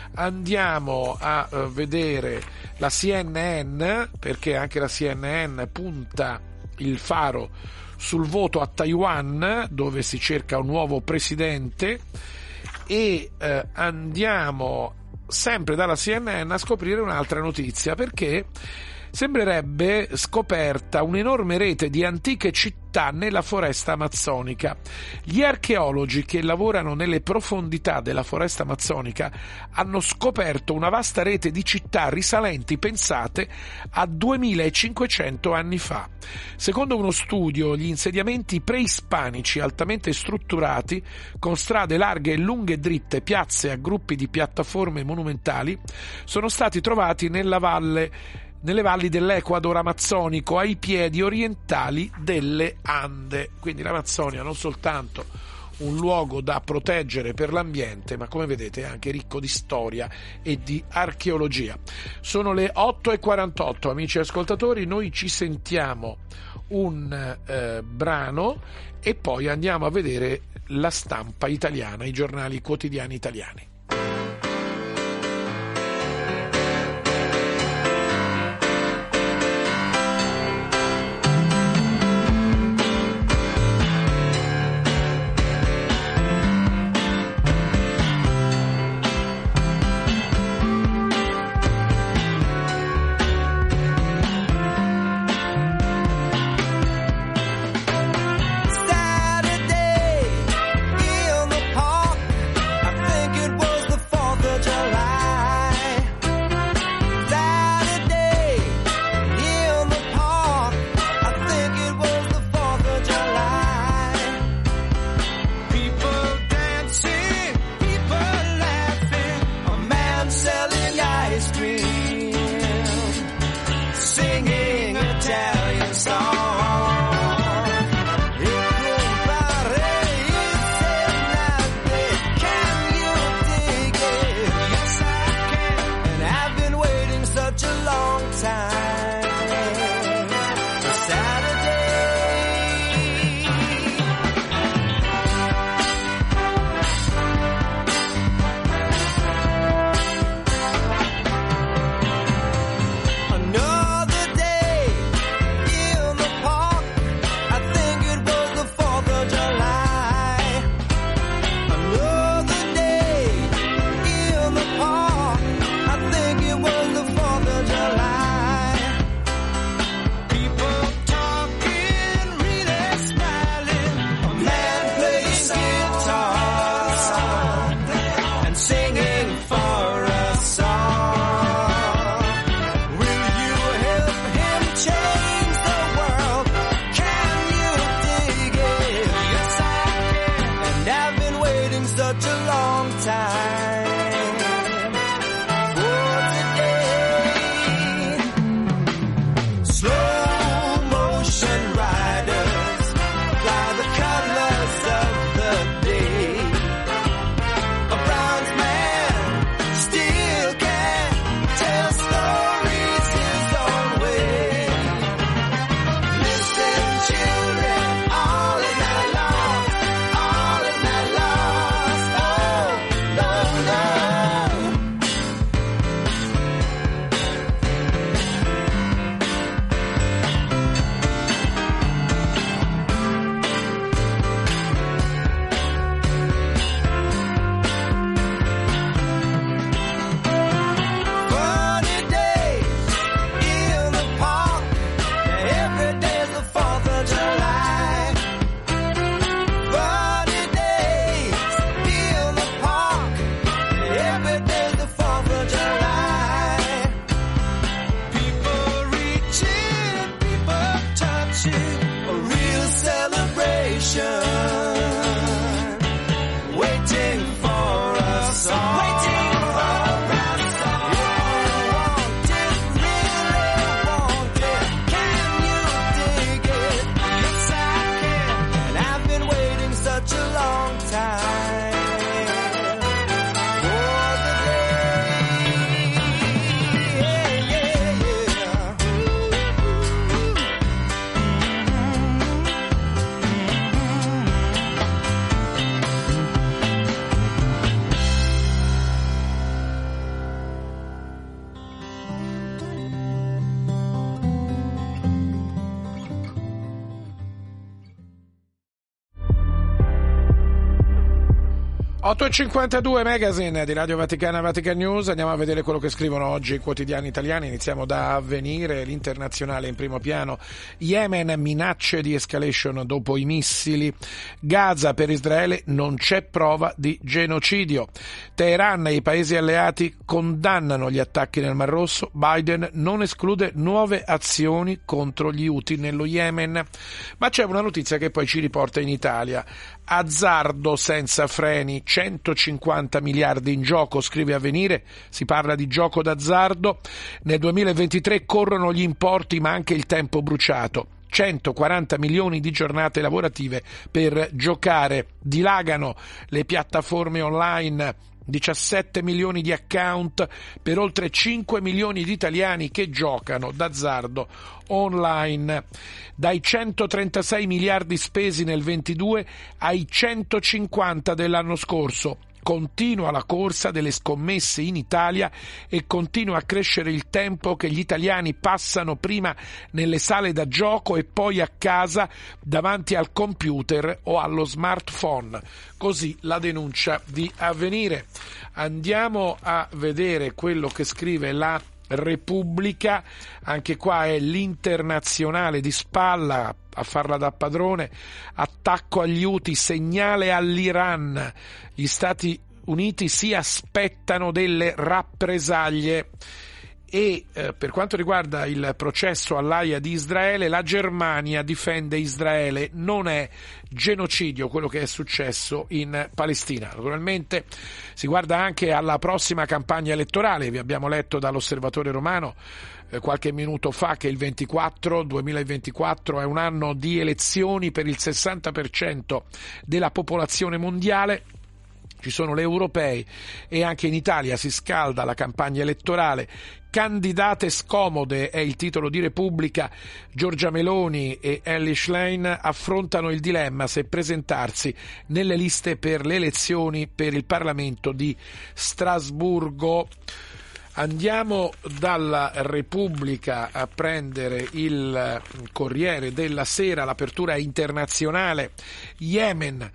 Speaker 2: Andiamo a vedere la CNN, perché anche la CNN punta il faro sul voto a Taiwan, dove si cerca un nuovo presidente, e andiamo sempre dalla CNN a scoprire un'altra notizia, perché sembrerebbe scoperta un'enorme rete di antiche città nella foresta amazzonica. Gli archeologi che lavorano nelle profondità della foresta amazzonica hanno scoperto una vasta rete di città risalenti, pensate, a 2500 anni fa. Secondo uno studio, gli insediamenti preispanici altamente strutturati, con strade larghe e lunghe dritte, piazze a gruppi di piattaforme monumentali, sono stati trovati nelle valli dell'Ecuador amazzonico, ai piedi orientali delle Ande. Quindi l'Amazzonia non soltanto un luogo da proteggere per l'ambiente, ma come vedete è anche ricco di storia e di archeologia. Sono le 8:48, amici ascoltatori, noi ci sentiamo un brano e poi andiamo a vedere la stampa italiana, i giornali quotidiani italiani.
Speaker 3: Saturday in the park, I think it was the
Speaker 2: 8.52 Magazine di Radio Vaticana, Vatican News. Andiamo a vedere quello che scrivono oggi i quotidiani italiani. Iniziamo da Avvenire, l'Internazionale in primo piano. Yemen, minacce di escalation dopo i missili. Gaza, per Israele non c'è prova di genocidio. Teheran e i paesi alleati condannano gli attacchi nel Mar Rosso. Biden non esclude nuove azioni contro gli Houthi nello Yemen. Ma c'è una notizia che poi ci riporta in Italia. Azzardo senza freni, 150 miliardi in gioco, scrive Avvenire, si parla di gioco d'azzardo. Nel 2023 corrono gli importi ma anche il tempo bruciato. 140 milioni di giornate lavorative per giocare. Dilagano le piattaforme online, 17 milioni di account per oltre 5 milioni di italiani che giocano d'azzardo online. Dai 136 miliardi spesi nel 22 ai 150 dell'anno scorso. Continua la corsa delle scommesse in Italia e continua a crescere il tempo che gli italiani passano prima nelle sale da gioco e poi a casa davanti al computer o allo smartphone. Così la denuncia di Avvenire. Andiamo a vedere quello che scrive la Repubblica. Anche qua è l'Internazionale di spalla a farla da padrone. Attacco agli Houthi, segnale all'Iran. Gli Stati Uniti si aspettano delle rappresaglie. E per quanto riguarda il processo all'Aia di Israele, la Germania difende Israele, non è genocidio quello che è successo in Palestina. Naturalmente si guarda anche alla prossima campagna elettorale. Vi abbiamo letto dall'Osservatore Romano qualche minuto fa che il 2024 è un anno di elezioni per il 60% della popolazione mondiale. Ci sono le europee e anche in Italia si scalda la campagna elettorale. Candidate scomode è il titolo di Repubblica. Giorgia Meloni e Elly Schlein affrontano il dilemma se presentarsi nelle liste per le elezioni per il Parlamento di Strasburgo. Andiamo dalla Repubblica a prendere il Corriere della Sera, l'apertura internazionale. Yemen,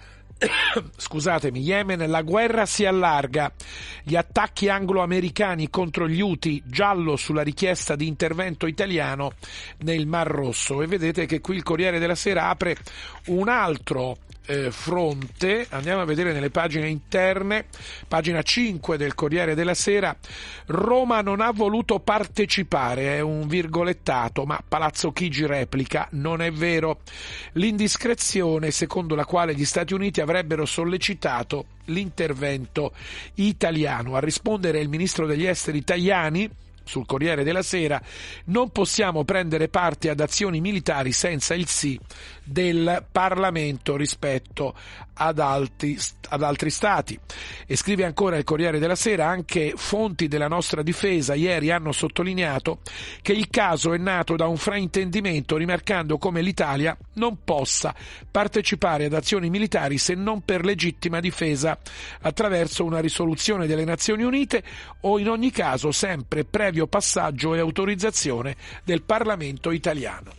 Speaker 2: la guerra si allarga, gli attacchi anglo-americani contro gli Houthi, giallo sulla richiesta di intervento italiano nel Mar Rosso. E vedete che qui il Corriere della Sera apre un altro fronte. Andiamo a vedere nelle pagine interne. Pagina 5 del Corriere della Sera: Roma non ha voluto partecipare, è un virgolettato, ma Palazzo Chigi replica: non è vero. L'indiscrezione secondo la quale gli Stati Uniti avrebbero sollecitato l'intervento italiano. A rispondere il ministro degli esteri Tajani sul Corriere della Sera: non possiamo prendere parte ad azioni militari senza il sì del Parlamento rispetto ad altri stati. E scrive ancora il Corriere della Sera: anche fonti della nostra difesa ieri hanno sottolineato che il caso è nato da un fraintendimento, rimarcando come l'Italia non possa partecipare ad azioni militari se non per legittima difesa, attraverso una risoluzione delle Nazioni Unite o in ogni caso sempre previo passaggio e autorizzazione del Parlamento italiano.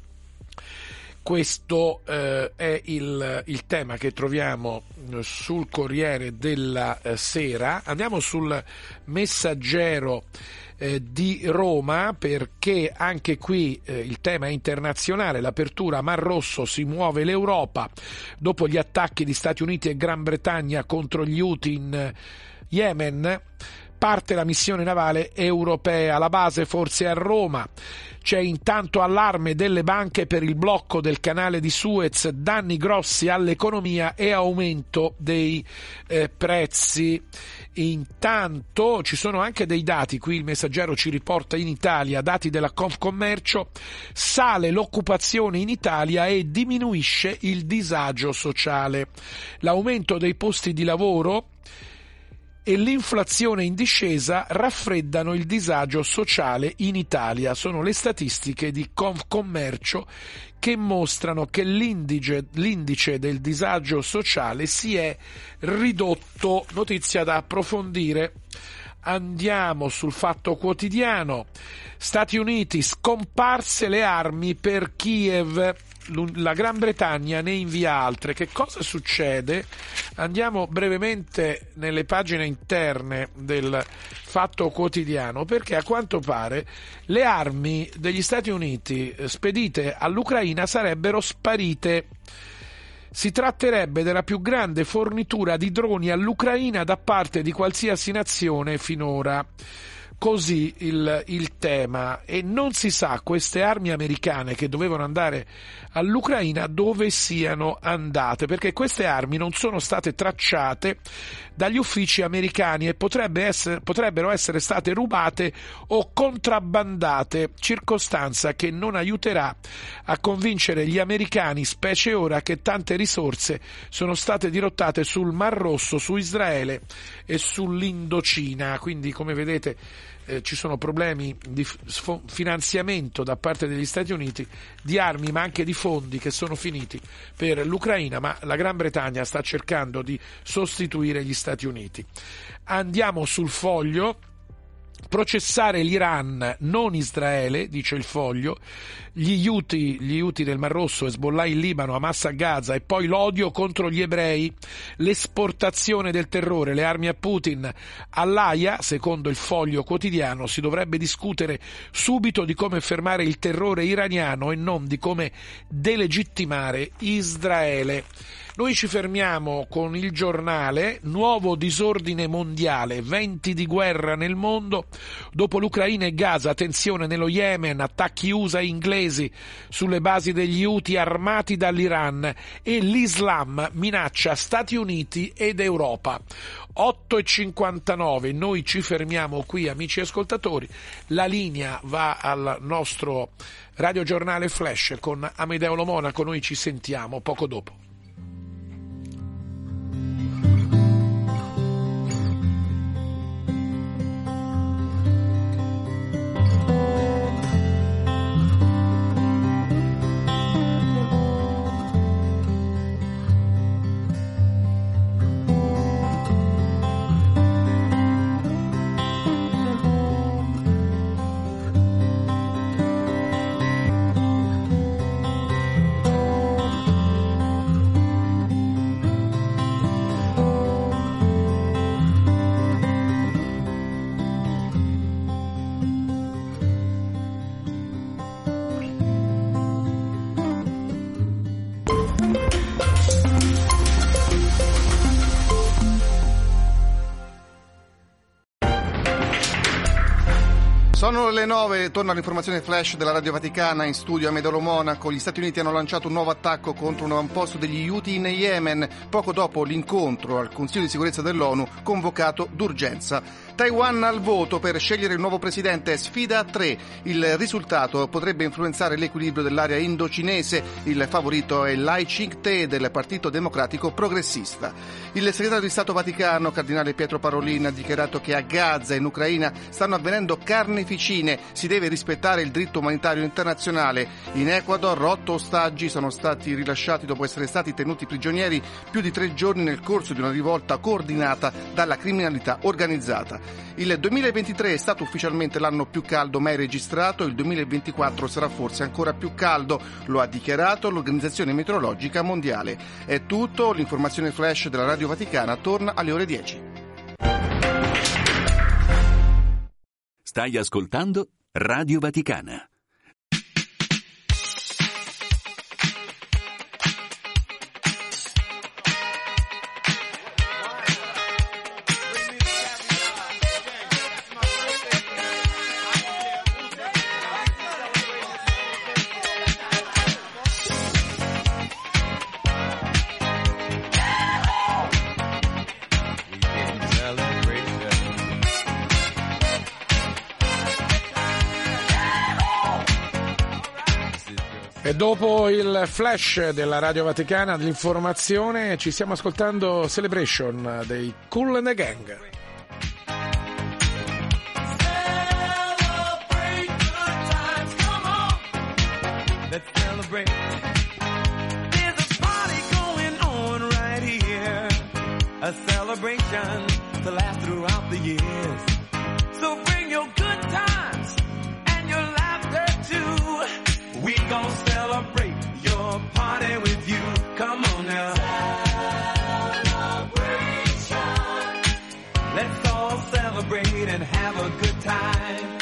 Speaker 2: Questo è il tema che troviamo sul Corriere della Sera. Andiamo sul Messaggero di Roma, perché anche qui il tema è internazionale. L'apertura Mar Rosso, si muove l'Europa dopo gli attacchi di Stati Uniti e Gran Bretagna contro gli Houthi in Yemen. Parte la missione navale europea, la base forse a Roma. C'è intanto allarme delle banche per il blocco del canale di Suez, danni grossi all'economia e aumento dei prezzi. Intanto ci sono anche dei dati, qui il Messaggero ci riporta in Italia, dati della Confcommercio: sale l'occupazione in Italia e diminuisce il disagio sociale. L'aumento dei posti di lavoro e l'inflazione in discesa raffreddano il disagio sociale in Italia. Sono le statistiche di Confcommercio che mostrano che l'indice del disagio sociale si è ridotto. Notizia da approfondire. Andiamo sul Fatto Quotidiano. Stati Uniti, scomparse le armi per Kiev. la Gran Bretagna ne invia altre. Che cosa succede? Andiamo brevemente nelle pagine interne del Fatto Quotidiano, perché a quanto pare le armi degli Stati Uniti spedite all'Ucraina sarebbero sparite. Si tratterebbe della più grande fornitura di droni all'Ucraina da parte di qualsiasi nazione finora. Così il tema, e non si sa queste armi americane che dovevano andare all'Ucraina dove siano andate, perché queste armi non sono state tracciate dagli uffici americani e potrebbero essere state rubate o contrabbandate, circostanza che non aiuterà a convincere gli americani, specie ora che tante risorse sono state dirottate sul Mar Rosso, su Israele e sull'Indocina. Quindi, come vedete, ci sono problemi di finanziamento da parte degli Stati Uniti di armi, ma anche di fondi che sono finiti per l'Ucraina, ma la Gran Bretagna sta cercando di sostituire gli Stati Uniti. Andiamo sul Foglio. Processare l'Iran, non Israele, dice il Foglio, gli Houthi del Mar Rosso, Hezbollah in Libano, Hamas a Gaza, e poi l'odio contro gli ebrei, l'esportazione del terrore, le armi a Putin. All'Aia, secondo il Foglio Quotidiano, si dovrebbe discutere subito di come fermare il terrore iraniano e non di come delegittimare Israele. Noi ci fermiamo con il Giornale. Nuovo disordine mondiale, venti di guerra nel mondo. Dopo l'Ucraina e Gaza, tensione nello Yemen, attacchi USA e inglesi sulle basi degli Houthi armati dall'Iran, e l'Islam minaccia Stati Uniti ed Europa. 8:59, noi ci fermiamo qui, amici ascoltatori. La linea va al nostro radiogiornale Flash con Amedeo Lo Monaco. Noi ci sentiamo poco dopo.
Speaker 5: Sono le 9, torna l'informazione flash della Radio Vaticana, in studio Amedeo Lo Monaco. Gli Stati Uniti hanno lanciato un nuovo attacco contro un avamposto degli Houthi in Yemen, poco dopo l'incontro al Consiglio di sicurezza dell'ONU convocato d'urgenza. Taiwan al voto per scegliere il nuovo presidente, sfida a 3. Il risultato potrebbe influenzare l'equilibrio dell'area indocinese. Il favorito è Lai Ching-te del Partito Democratico Progressista. Il segretario di Stato Vaticano, cardinale Pietro Parolin, ha dichiarato che a Gaza e in Ucraina stanno avvenendo carneficine. Si deve rispettare il diritto umanitario internazionale. In Ecuador 8 ostaggi sono stati rilasciati dopo essere stati tenuti prigionieri più di 3 giorni nel corso di una rivolta coordinata dalla criminalità organizzata. Il 2023 è stato ufficialmente l'anno più caldo mai registrato, il 2024 sarà forse ancora più caldo, lo ha dichiarato l'Organizzazione Meteorologica Mondiale. È tutto, l'informazione flash della Radio Vaticana torna alle ore 10.
Speaker 1: Stai ascoltando Radio Vaticana.
Speaker 2: E dopo il flash della Radio Vaticana dell'informazione ci stiamo ascoltando Celebration dei Kool and the Gang.
Speaker 13: Let's celebrate. There's a party going on right here, a celebration to last throughout the years. So bring your good times and your laughter too. We gon' celebrate your celebrate and have a good time.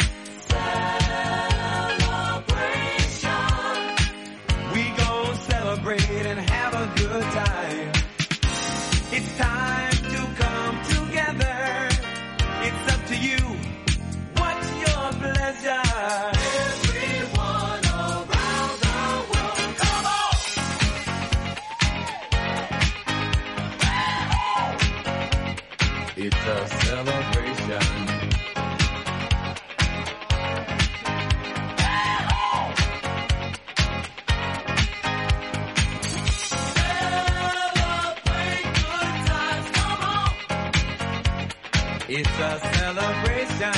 Speaker 13: Celebration. We gon' celebrate and have a good time. It's time to come together. It's up to you. What's your pleasure? Everyone around the world, come on! It's a celebration. It's a celebration.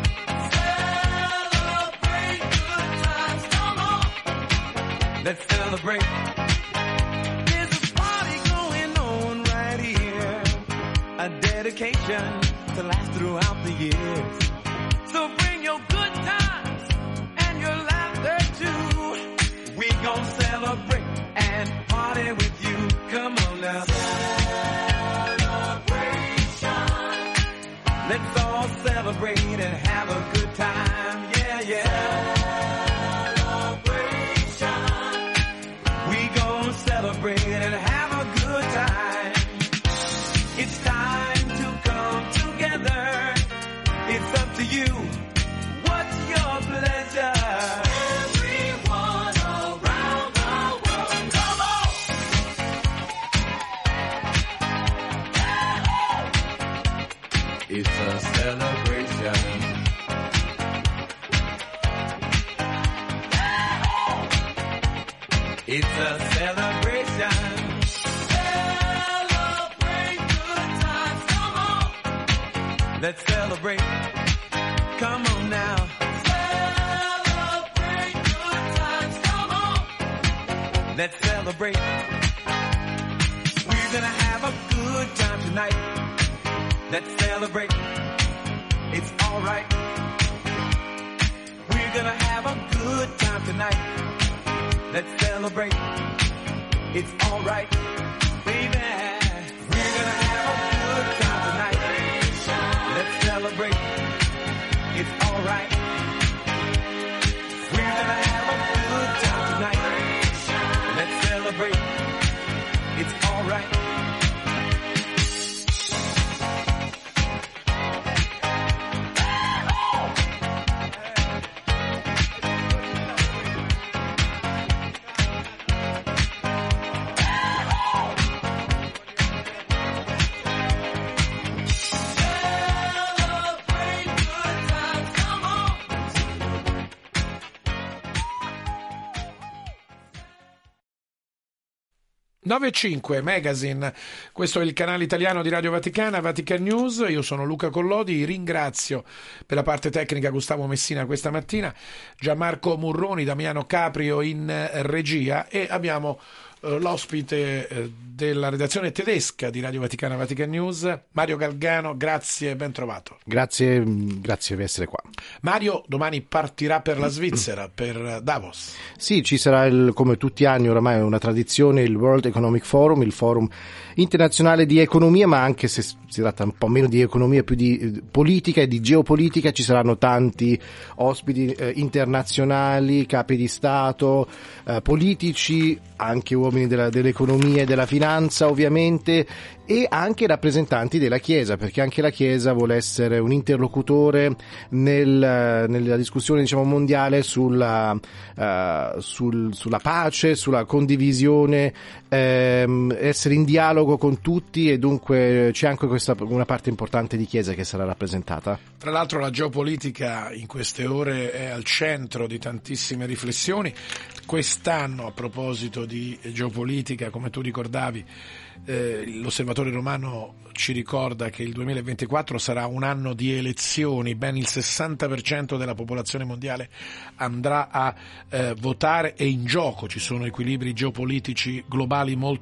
Speaker 13: Celebrate good times, come on. Let's celebrate. There's a party going on right here. A dedication to last throughout the years. So bring your good times and your laughter too. We gon' celebrate and party with you. Come on now. Let's all celebrate and have a good time, yeah, yeah. Celebration. We gon' celebrate and have a good time. It's time to come together. It's up to you. What's your pleasure? Everyone around the world, come on! It's a celebration. It's a celebration. Celebrate good times, come on. Let's celebrate. Come on now. Celebrate good times, come on. Let's celebrate. We're gonna have a good time tonight. Let's celebrate. It's alright. We're gonna have a good time tonight. Let's celebrate. It's alright. Baby, we're gonna have a good time tonight. Let's celebrate. It's alright. We're gonna have a good time tonight. Let's celebrate. It's alright.
Speaker 2: Nove e 5 Magazine, questo è il canale italiano di Radio Vaticana, Vatican News. Io sono Luca Collodi, ringrazio per la parte tecnica Gustavo Messina questa mattina, Gianmarco Murroni, Damiano Caprio in regia, e abbiamo l'ospite della redazione tedesca di Radio Vaticana, Vatican News, Mario Galgano. Grazie, ben trovato.
Speaker 14: Grazie per essere qua.
Speaker 2: Mario domani partirà per la Svizzera, per Davos.
Speaker 14: Sì, ci sarà, come tutti gli anni oramai è una tradizione, il World Economic Forum, il forum internazionale di economia, ma anche se si tratta un po' meno di economia, più di politica e di geopolitica. Ci saranno tanti ospiti internazionali, capi di Stato, politici, anche uomini dell'economia e della finanza ovviamente, e anche rappresentanti della Chiesa, perché anche la Chiesa vuole essere un interlocutore nella discussione, diciamo, mondiale sulla pace, sulla condivisione, essere in dialogo con tutti, e dunque c'è anche una parte importante di Chiesa che sarà rappresentata.
Speaker 2: Tra l'altro la geopolitica in queste ore è al centro di tantissime riflessioni. Quest'anno, a proposito di geopolitica, come tu ricordavi, l'Osservatore Romano ci ricorda che il 2024 sarà un anno di elezioni, ben il 60% della popolazione mondiale andrà a votare, e in gioco ci sono equilibri geopolitici globali molto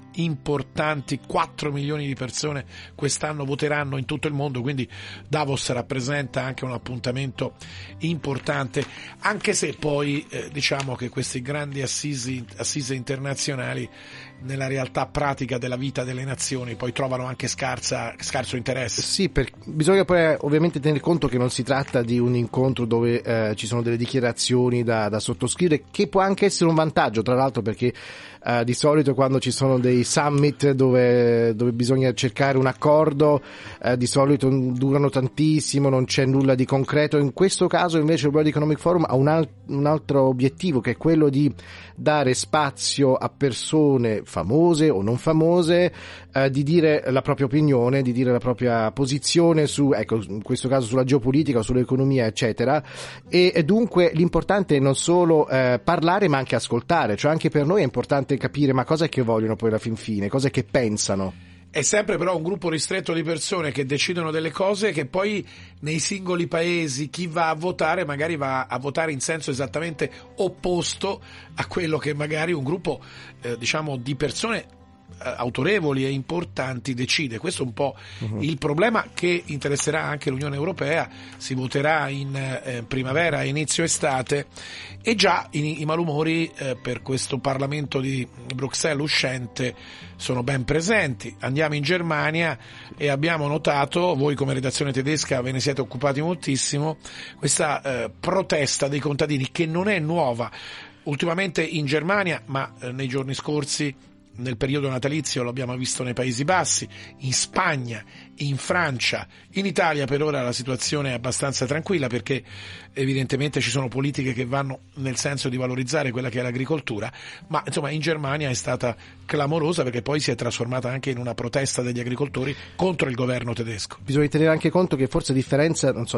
Speaker 2: importanti, 4 milioni di persone quest'anno voteranno in tutto il mondo, quindi Davos rappresenta anche un appuntamento importante, anche se poi diciamo che questi grandi assise internazionali nella realtà pratica della vita delle nazioni poi trovano anche scarso interesse.
Speaker 14: Sì, bisogna poi ovviamente tener conto che non si tratta di un incontro dove ci sono delle dichiarazioni da sottoscrivere, che può anche essere un vantaggio, tra l'altro, perché di solito quando ci sono dei summit dove bisogna cercare un accordo, di solito durano tantissimo, non c'è nulla di concreto. In questo caso invece il World Economic Forum ha un altro obiettivo, che è quello di dare spazio a persone famose o non famose, di dire la propria opinione, di dire la propria posizione su, ecco, in questo caso sulla geopolitica o sull'economia, eccetera. E dunque l'importante è non solo parlare, ma anche ascoltare, cioè anche per noi è importante capire ma cosa è che vogliono poi alla fin fine, cosa è che pensano.
Speaker 2: È sempre però un gruppo ristretto di persone che decidono delle cose che poi nei singoli paesi chi va a votare magari va a votare in senso esattamente opposto a quello che magari un gruppo diciamo di persone autorevoli e importanti decide. Questo è un po' il problema che interesserà anche l'Unione Europea. Si voterà in primavera, inizio estate, e già i malumori per questo Parlamento di Bruxelles uscente sono ben presenti. Andiamo in Germania e abbiamo notato, voi come redazione tedesca ve ne siete occupati moltissimo, questa protesta dei contadini, che non è nuova ultimamente in Germania, ma nei giorni scorsi nel periodo natalizio lo abbiamo visto nei Paesi Bassi, in Spagna, in Francia. In Italia per ora la situazione è abbastanza tranquilla, perché evidentemente ci sono politiche che vanno nel senso di valorizzare quella che è l'agricoltura, ma insomma in Germania è stata clamorosa, perché poi si è trasformata anche in una protesta degli agricoltori contro il governo tedesco.
Speaker 14: Bisogna tenere anche conto che forse a differenza, non so,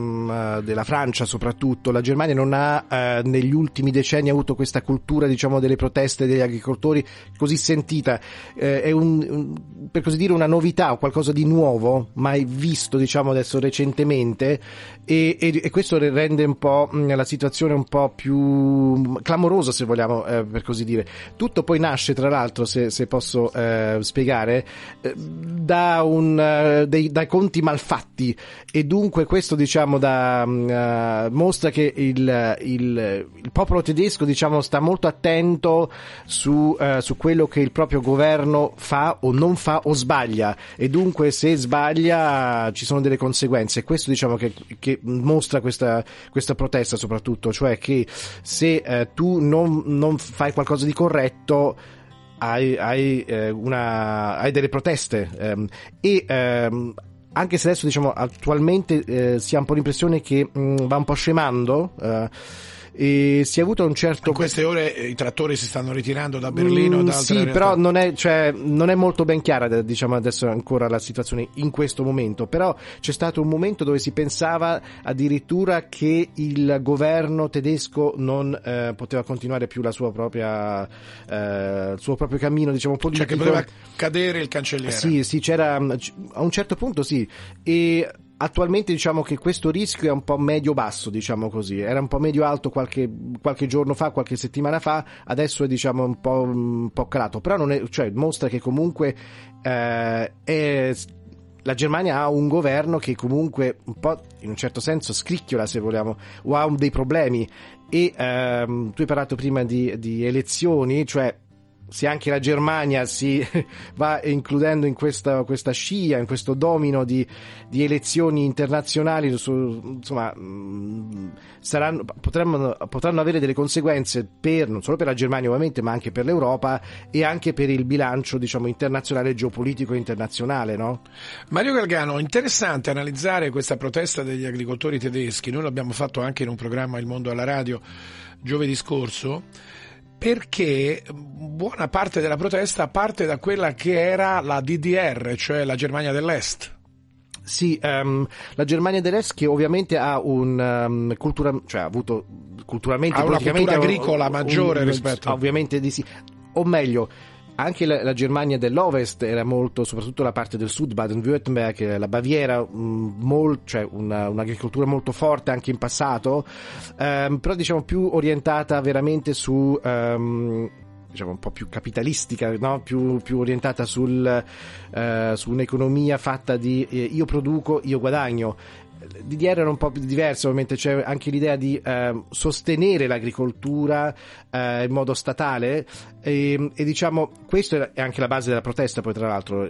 Speaker 14: della Francia soprattutto, la Germania non ha negli ultimi decenni avuto questa cultura, diciamo, delle proteste degli agricoltori così sentita. È per così dire una novità o qualcosa di nuovo, mai visto, diciamo, adesso recentemente, e questo rende un po' la situazione un po' più clamorosa, se vogliamo, per così dire. Tutto poi nasce, tra l'altro, se posso spiegare, dai conti malfatti, e dunque questo, diciamo, mostra che il popolo tedesco, diciamo, sta molto attento su quello che il proprio governo fa o non fa o sbaglia, e dunque se sbaglia ci sono delle conseguenze. Questo, diciamo, che mostra questa protesta soprattutto, cioè che se tu non fai qualcosa di corretto hai delle proteste, anche se adesso, diciamo, attualmente si ha un po' l'impressione che va un po' scemando, e si è avuto un certo...
Speaker 2: In queste ore i trattori si stanno ritirando da Berlino, da altre
Speaker 14: sì,
Speaker 2: realtà.
Speaker 14: però non è molto ben chiara, diciamo, adesso ancora la situazione in questo momento, però c'è stato un momento dove si pensava addirittura che il governo tedesco non poteva continuare più la sua propria il suo proprio cammino, diciamo, politico,
Speaker 2: cioè che poteva cadere il cancelliere.
Speaker 14: Sì, c'era a un certo punto, sì, e attualmente diciamo che questo rischio è un po' medio-basso, diciamo così. Era un po' medio-alto qualche giorno fa, qualche settimana fa, adesso è, diciamo, un po' calato, però non è, cioè, mostra che comunque la Germania ha un governo che comunque un po', in un certo senso, scricchiola, se vogliamo, o ha dei problemi, e tu hai parlato prima di elezioni, cioè se anche la Germania si va includendo in questa scia, in questo domino di elezioni internazionali, insomma, potranno avere delle conseguenze non solo per la Germania ovviamente, ma anche per l'Europa e anche per il bilancio, diciamo, internazionale, geopolitico internazionale, no?
Speaker 2: Mario Galgano, interessante analizzare questa protesta degli agricoltori tedeschi. Noi l'abbiamo fatto anche in un programma Il Mondo alla radio giovedì scorso, perché buona parte della protesta parte da quella che era la DDR, cioè la Germania dell'Est.
Speaker 14: Sì, la Germania dell'Est, che ovviamente ha cultura, cioè ha avuto culturalmente,
Speaker 2: ha una cultura agricola maggiore rispetto,
Speaker 14: ovviamente di sì, o meglio, anche la Germania dell'Ovest era molto, soprattutto la parte del sud, Baden-Württemberg, la Baviera, cioè un'agricoltura molto forte anche in passato, però diciamo più orientata veramente su diciamo un po' più capitalistica, no? più orientata su un'economia fatta di io produco, io guadagno. DDR era un po' diverso, ovviamente c'è anche l'idea di sostenere l'agricoltura in modo statale e diciamo questo è anche la base della protesta, poi tra l'altro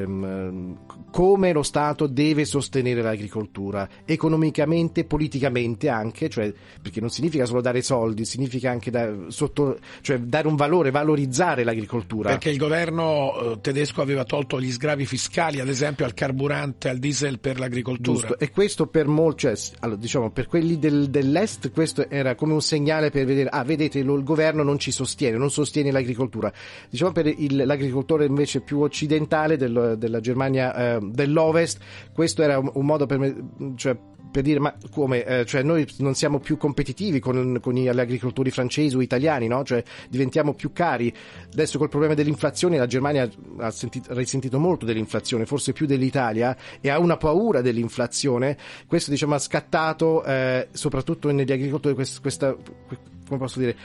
Speaker 14: come lo Stato deve sostenere l'agricoltura economicamente, politicamente anche, cioè perché non significa solo dare soldi, significa anche cioè dare un valore, valorizzare l'agricoltura.
Speaker 2: Perché il governo tedesco aveva tolto gli sgravi fiscali, ad esempio al carburante, al diesel per l'agricoltura.
Speaker 14: Giusto. E questo per molti, cioè, allora, diciamo, per quelli dell'est questo era come un segnale per vedere, vedete, il governo non ci sostiene, non sostiene l'agricoltura. Diciamo per l'agricoltore invece più occidentale della Germania dell'ovest, questo era un modo per dire ma come, cioè noi non siamo più competitivi con gli agricoltori francesi o italiani, no? Cioè diventiamo più cari. Adesso col problema dell'inflazione la Germania ha risentito molto dell'inflazione, forse più dell'Italia, e ha una paura dell'inflazione. Questo diciamo ha scattato soprattutto negli agricoltori questa come posso dire,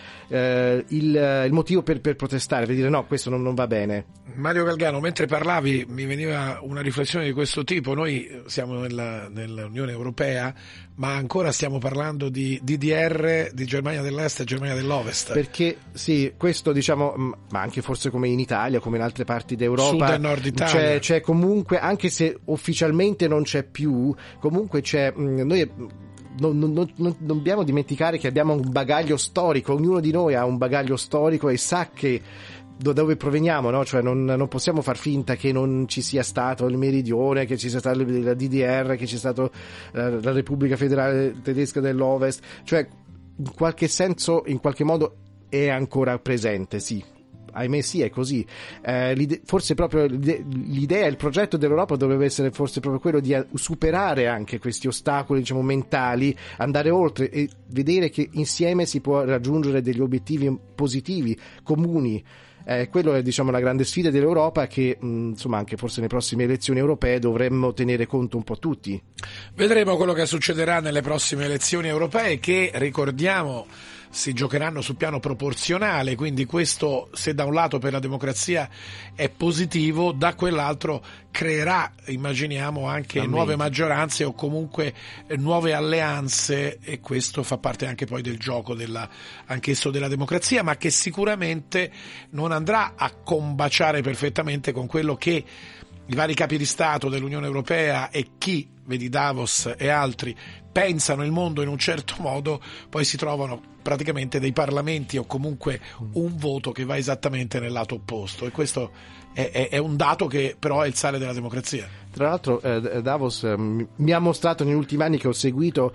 Speaker 14: il motivo per protestare, per dire no, questo non va bene.
Speaker 2: Mario Galgano, mentre parlavi mi veniva una riflessione di questo tipo. Noi siamo nell'Unione Europea, ma ancora stiamo parlando di DDR, di Germania dell'Est e Germania dell'Ovest.
Speaker 14: Perché sì, questo diciamo, ma anche forse come in Italia, come in altre parti d'Europa,
Speaker 2: Sud e Nord Italia,
Speaker 14: c'è comunque, anche se ufficialmente non c'è più, comunque c'è, noi non dobbiamo dimenticare che abbiamo un bagaglio storico, ognuno di noi ha un bagaglio storico e sa che da dove proveniamo, no? Cioè non possiamo far finta che non ci sia stato il Meridione, che ci sia stata la DDR, che ci sia stata la Repubblica Federale Tedesca dell'Ovest, cioè in qualche senso, in qualche modo è ancora presente, sì. Ahimè sì, è così. Forse proprio l'idea, il progetto dell'Europa dovrebbe essere forse proprio quello di superare anche questi ostacoli, diciamo, mentali, andare oltre e vedere che insieme si può raggiungere degli obiettivi positivi, comuni. Quello è, diciamo, la grande sfida dell'Europa che insomma anche forse nelle prossime elezioni europee dovremmo tenere conto un po' tutti.
Speaker 2: Vedremo quello che succederà nelle prossime elezioni europee, che ricordiamo si giocheranno su piano proporzionale, quindi questo, se da un lato per la democrazia è positivo, da quell'altro creerà, immaginiamo, anche nuove maggioranze o comunque nuove alleanze, e questo fa parte anche poi del gioco anch'esso della democrazia, ma che sicuramente non andrà a combaciare perfettamente con quello che i vari capi di Stato dell'Unione Europea e chi, vedi Davos e altri, pensano il mondo in un certo modo, poi si trovano praticamente dei parlamenti o comunque un voto che va esattamente nel lato opposto, e questo è un dato che però è il sale della democrazia.
Speaker 14: Tra l'altro Davos mi ha mostrato negli ultimi anni che ho seguito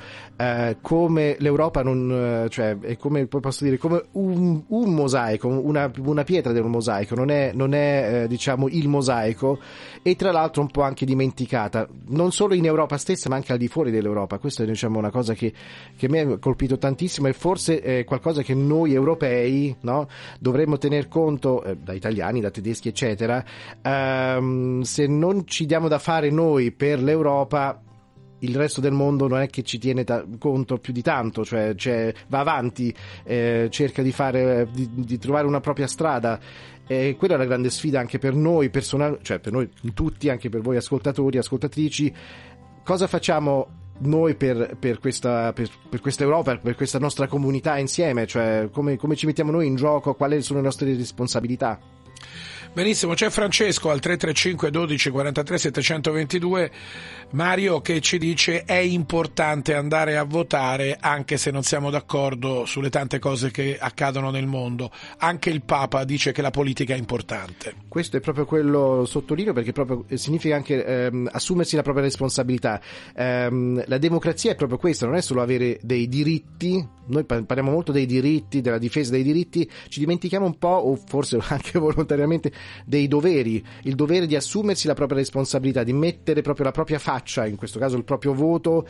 Speaker 14: come l'Europa cioè è come posso dire, come un mosaico, una pietra del mosaico, non è diciamo il mosaico, e tra l'altro un po' anche dimenticata, non solo in Europa stessa ma anche al di fuori dell'Europa. Questa è, diciamo, una cosa che mi ha colpito tantissimo, e forse è qualcosa che noi europei, no, dovremmo tener conto, da italiani, da tedeschi eccetera, se non ci diamo da fare noi per l'Europa, il resto del mondo non è che ci tiene conto più di tanto, cioè va avanti, cerca di trovare una propria strada. E quella è la grande sfida anche per noi cioè per noi tutti, anche per voi ascoltatori, ascoltatrici. Cosa facciamo noi per questa Europa, per questa nostra comunità insieme? Cioè come ci mettiamo noi in gioco, quali sono le nostre responsabilità?
Speaker 2: Benissimo, c'è Francesco al 335 12 43 722, Mario, che ci dice: è importante andare a votare anche se non siamo d'accordo sulle tante cose che accadono nel mondo. Anche il Papa dice che la politica è importante.
Speaker 14: Questo è proprio quello, sottolineo, perché proprio significa anche assumersi la propria responsabilità. La democrazia è proprio questo, non è solo avere dei diritti. Noi parliamo molto dei diritti, della difesa dei diritti, ci dimentichiamo un po', o forse anche volontariamente, dei doveri, il dovere di assumersi la propria responsabilità, di mettere proprio la propria faccia, in questo caso il proprio voto,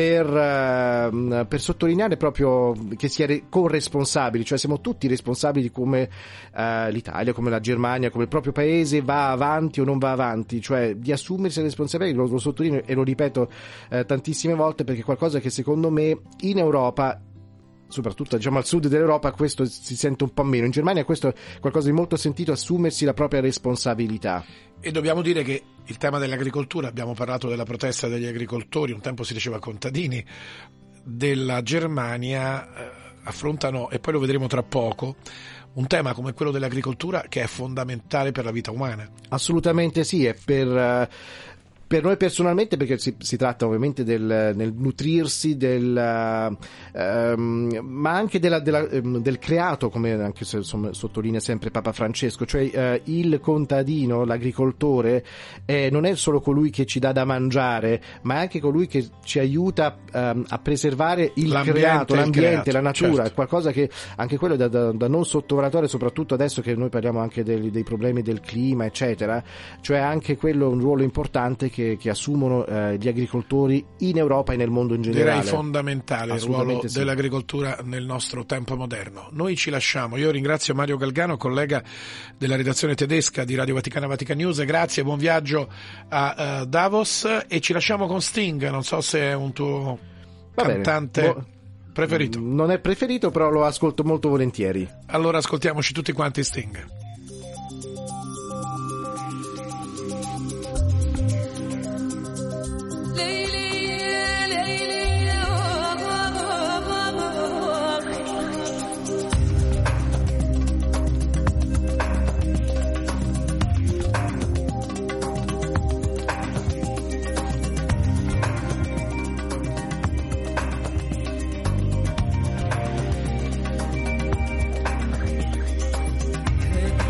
Speaker 14: per sottolineare proprio che si è corresponsabili, cioè siamo tutti responsabili, come l'Italia, come la Germania, come il proprio paese va avanti o non va avanti, cioè di assumersi la responsabilità. Lo sottolineo e lo ripeto tantissime volte, perché è qualcosa che secondo me in Europa soprattutto diciamo al sud dell'Europa questo si sente un po' meno. In Germania questo è qualcosa di molto sentito, assumersi la propria responsabilità.
Speaker 2: E dobbiamo dire che il tema dell'agricoltura, abbiamo parlato della protesta degli agricoltori, un tempo si diceva contadini della Germania, affrontano, e poi lo vedremo tra poco, un tema come quello dell'agricoltura che è fondamentale per la vita umana.
Speaker 14: Assolutamente sì, è per noi personalmente, perché si tratta ovviamente nel nutrirsi, ma anche del creato, come anche sottolinea sempre Papa Francesco, cioè il contadino, l'agricoltore, non è solo colui che ci dà da mangiare, ma è anche colui che ci aiuta a preservare l'ambiente, la natura, certo. È qualcosa che anche quello è da non sottovalutare, soprattutto adesso che noi parliamo anche dei problemi del clima, eccetera, cioè anche quello è un ruolo importante che assumono gli agricoltori in Europa e nel mondo in generale.
Speaker 2: Direi fondamentale il ruolo dell'agricoltura nel nostro tempo moderno. Noi ci lasciamo, io ringrazio Mario Galgano, collega della redazione tedesca di Radio Vaticana Vatican News, grazie, buon viaggio a Davos, e ci lasciamo con Sting, non so se è un tuo cantante preferito.
Speaker 14: Non è preferito, però lo ascolto molto volentieri.
Speaker 2: Allora ascoltiamoci tutti quanti Sting.
Speaker 15: Che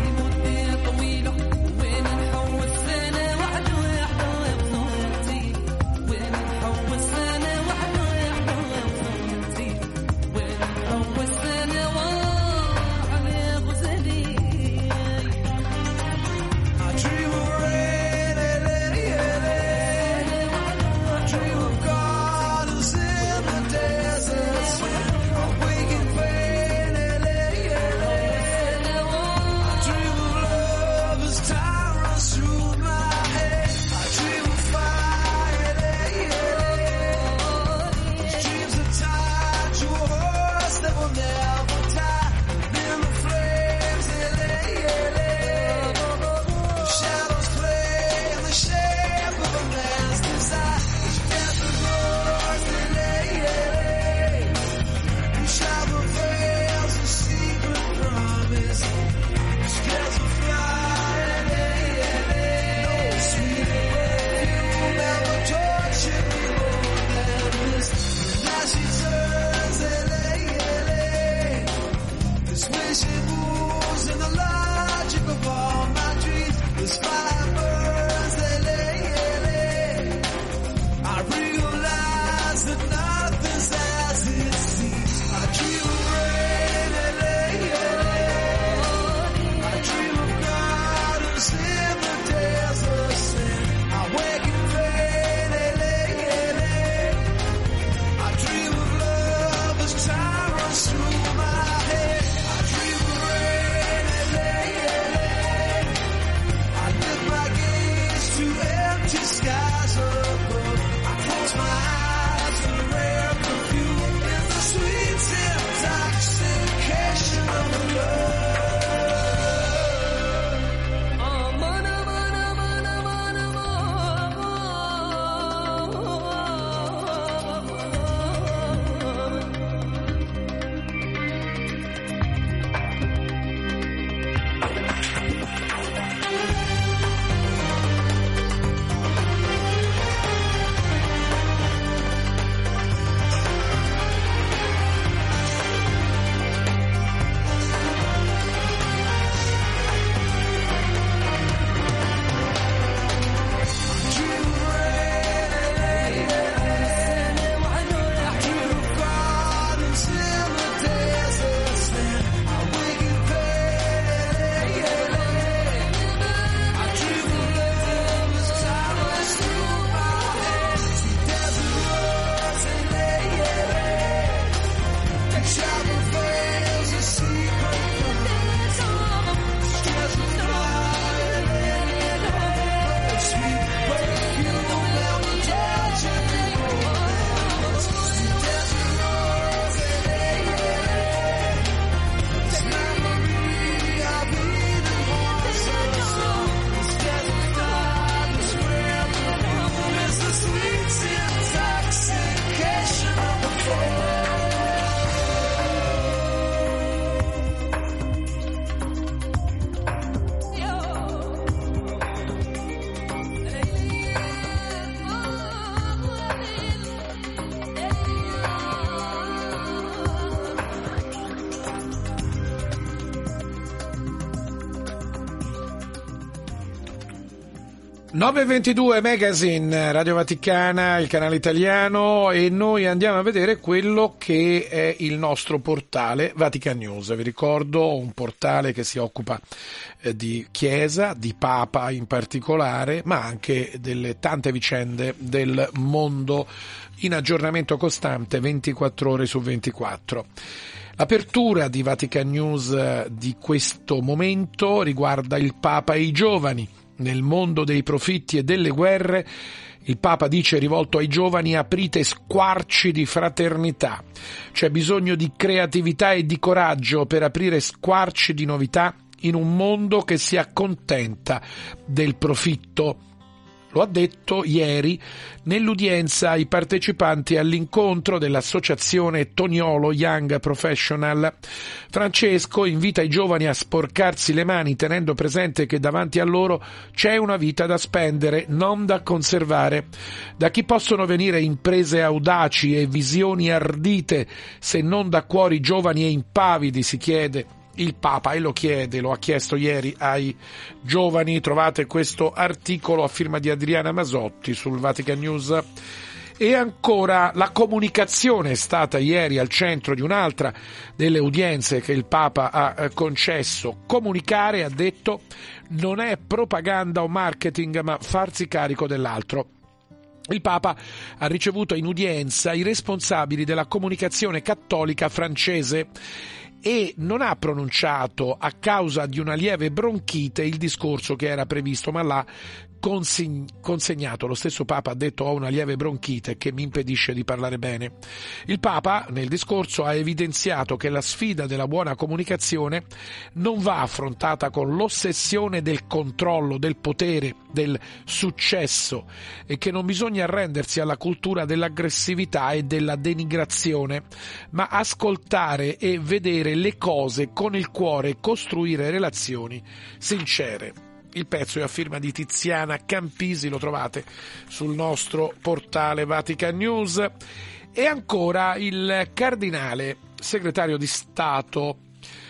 Speaker 2: 9:22 Magazine, Radio Vaticana, il canale italiano, e noi andiamo a vedere quello che è il nostro portale Vatican News. Vi ricordo, un portale che si occupa di Chiesa, di Papa in particolare, ma anche delle tante vicende del mondo in aggiornamento costante 24 ore su 24. L'apertura di Vatican News di questo momento riguarda il Papa e i giovani. Nel mondo dei profitti e delle guerre, il Papa dice, rivolto ai giovani: aprite squarci di fraternità. C'è bisogno di creatività e di coraggio per aprire squarci di novità in un mondo che si accontenta del profitto. Lo ha detto ieri nell'udienza ai partecipanti all'incontro dell'associazione Toniolo Young Professional. Francesco invita i giovani a sporcarsi le mani, tenendo presente che davanti a loro c'è una vita da spendere, non da conservare. Da chi possono venire imprese audaci e visioni ardite, se non da cuori giovani e impavidi, si chiede il Papa, e lo chiede, lo ha chiesto ieri ai giovani. Trovate questo articolo a firma di Adriana Masotti sul Vatican News. E ancora, la comunicazione è stata ieri al centro di un'altra delle udienze che il Papa ha concesso. Comunicare, ha detto, non è propaganda o marketing, ma farsi carico dell'altro. Il Papa ha ricevuto in udienza i responsabili della comunicazione cattolica francese e non ha pronunciato, a causa di una lieve bronchite, il discorso che era previsto, ma l'ha consegnato. Lo stesso Papa ha detto: ho una lieve bronchite che mi impedisce di parlare bene. Il Papa nel discorso ha evidenziato che la sfida della buona comunicazione non va affrontata con l'ossessione del controllo, del potere, del successo, e che non bisogna arrendersi alla cultura dell'aggressività e della denigrazione, ma ascoltare e vedere le cose con il cuore e costruire relazioni sincere. Il pezzo è a firma di Tiziana Campisi, lo trovate sul nostro portale Vatican News. E ancora il cardinale segretario di Stato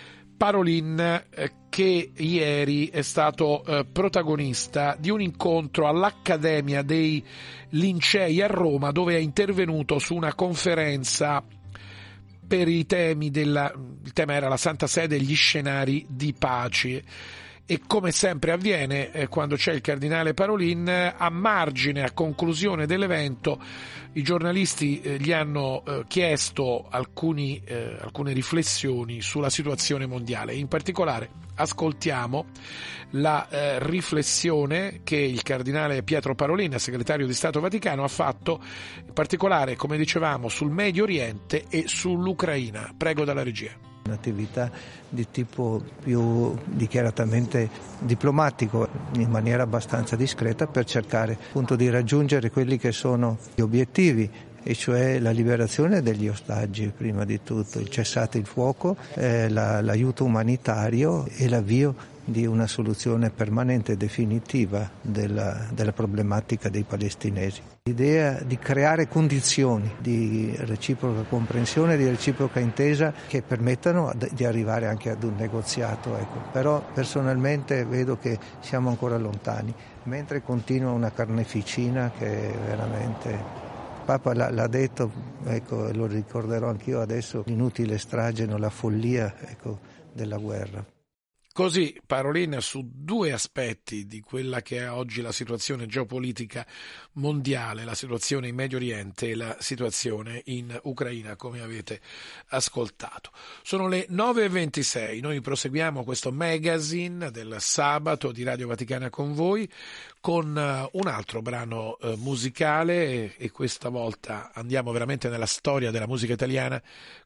Speaker 2: Parolin, che ieri è stato protagonista di un incontro all'Accademia dei Lincei a Roma, dove è intervenuto su una conferenza per i temi il tema era la Santa Sede e gli scenari di pace. E come sempre avviene quando c'è il cardinale Parolin, a margine, a conclusione dell'evento, i giornalisti gli hanno chiesto alcune riflessioni sulla situazione mondiale. In particolare ascoltiamo la riflessione che il cardinale Pietro Parolin, segretario di Stato Vaticano, ha fatto, in particolare, come dicevamo, sul Medio Oriente e sull'Ucraina. Prego dalla regia.
Speaker 15: Un'attività di tipo più dichiaratamente diplomatico, in maniera abbastanza discreta, per cercare appunto di raggiungere quelli che sono gli obiettivi, e cioè la liberazione degli ostaggi, prima di tutto, il cessate il fuoco, l'aiuto umanitario e l'avvio di una soluzione permanente e definitiva della problematica dei palestinesi. L'idea di creare condizioni di reciproca comprensione, di reciproca intesa che permettano di arrivare anche ad un negoziato. Però personalmente vedo che siamo ancora lontani, mentre continua una carneficina che è veramente... Il Papa l'ha detto, lo ricorderò anch'io adesso, l'inutile strage, la follia della guerra.
Speaker 2: Così Parolin su due aspetti di quella che è oggi la situazione geopolitica mondiale, la situazione in Medio Oriente e la situazione in Ucraina, come avete ascoltato. Sono le 9:26, noi proseguiamo questo magazine del sabato di Radio Vaticana con voi, con un altro brano musicale, e questa volta andiamo veramente nella storia della musica italiana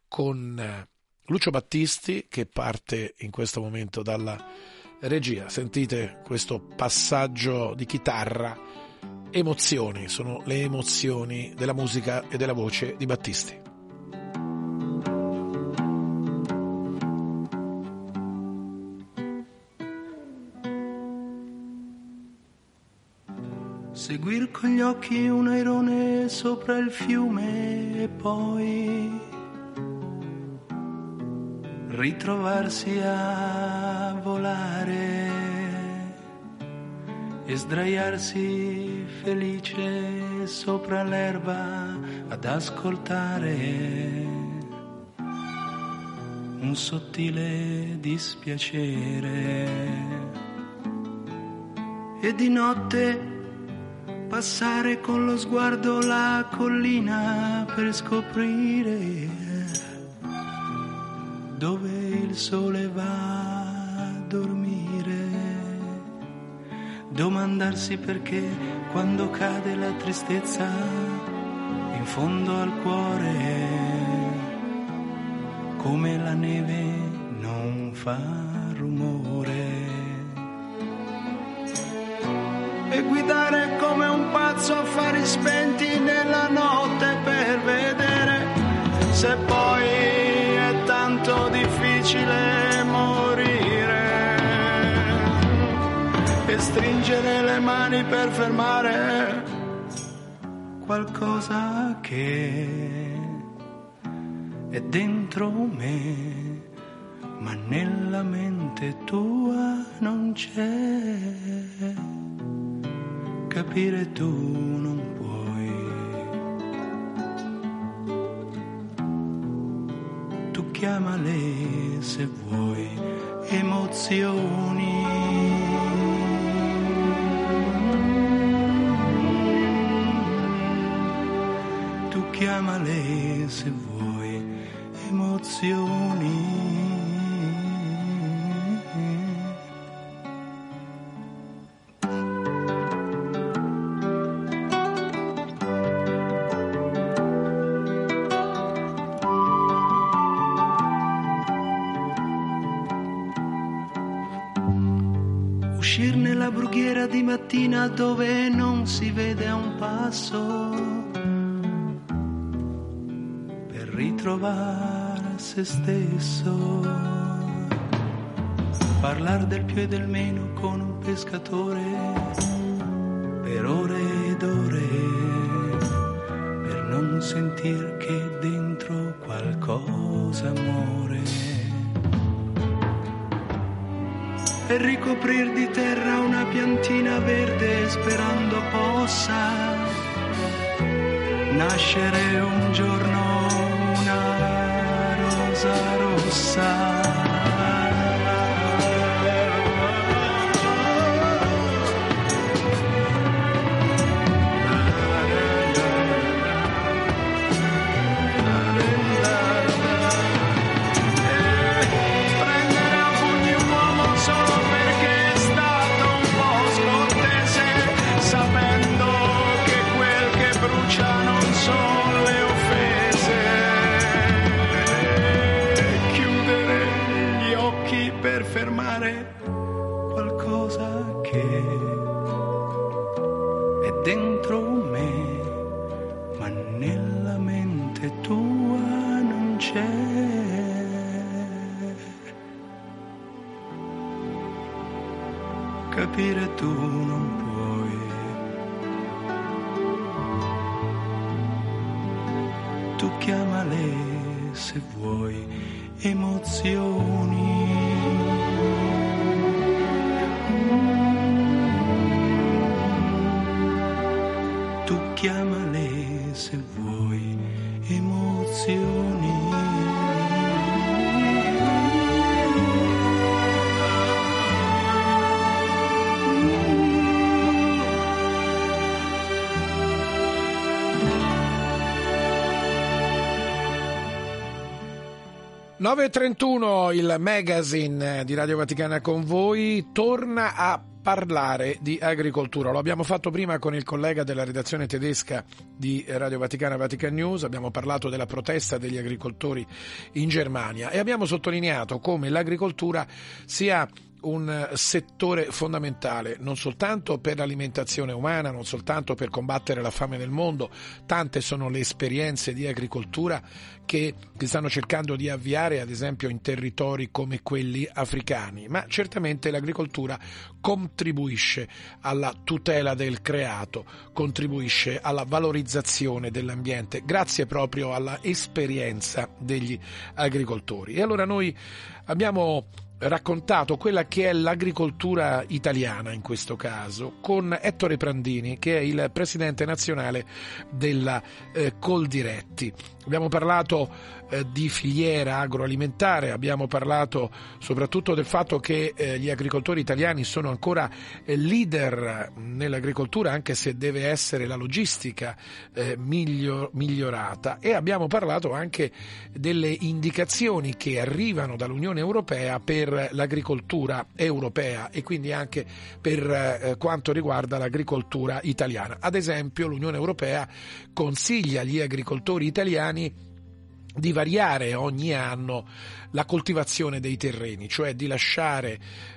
Speaker 2: con Lucio Battisti, che parte in questo momento dalla regia. Sentite questo passaggio di chitarra, emozioni, sono le emozioni della musica e della voce di Battisti.
Speaker 16: Seguir con gli occhi un airone sopra il fiume e poi ritrovarsi a volare e sdraiarsi felice sopra l'erba ad ascoltare un sottile dispiacere. E di notte passare con lo sguardo la collina per scoprire dove il sole va a dormire. Domandarsi perché quando cade la tristezza in fondo al cuore, come la neve non fa rumore. E guidare come un pazzo a fari spenti nella notte per vedere se poi è tanto difficile morire, e stringere le mani per fermare qualcosa che è dentro me, ma nella mente tua non c'è. Capire tu non puoi. Tu chiamale se vuoi emozioni. Tu chiamale se vuoi emozioni. Uscir nella brughiera di mattina dove non si vede a un passo, per ritrovare se stesso, parlar del più e del meno con un pescatore per ore ed ore, per non sentir che dentro qualcosa muore. E ricoprir di terra una piantina verde sperando possa nascere un giorno una rosa rossa. Fermare qualcosa che è dentro me, ma nella mente tua non c'è. Capire tu non puoi. Tu chiamale se vuoi emozioni. Tu chiamale se vuoi emozioni.
Speaker 2: – 9.31, il magazine di Radio Vaticana con voi torna a parlare di agricoltura. Lo abbiamo fatto prima con il collega della redazione tedesca di Radio Vaticana, Vatican News. Abbiamo parlato della protesta degli agricoltori in Germania e abbiamo sottolineato come l'agricoltura sia un settore fondamentale non soltanto per l'alimentazione umana, non soltanto per combattere la fame nel mondo. Tante sono le esperienze di agricoltura che si stanno cercando di avviare, ad esempio in territori come quelli africani, ma certamente l'agricoltura contribuisce alla tutela del creato, contribuisce alla valorizzazione dell'ambiente, grazie proprio alla esperienza degli agricoltori. E allora noi abbiamo raccontato quella che è l'agricoltura italiana in questo caso con Ettore Prandini, che è il presidente nazionale della Coldiretti. Abbiamo parlato di filiera agroalimentare, abbiamo parlato soprattutto del fatto che gli agricoltori italiani sono ancora leader nell'agricoltura, anche se deve essere la logistica migliorata, e abbiamo parlato anche delle indicazioni che arrivano dall'Unione Europea per l'agricoltura europea e quindi anche per quanto riguarda l'agricoltura italiana. Ad esempio, l'Unione Europea consiglia agli agricoltori italiani di variare ogni anno la coltivazione dei terreni, cioè di lasciare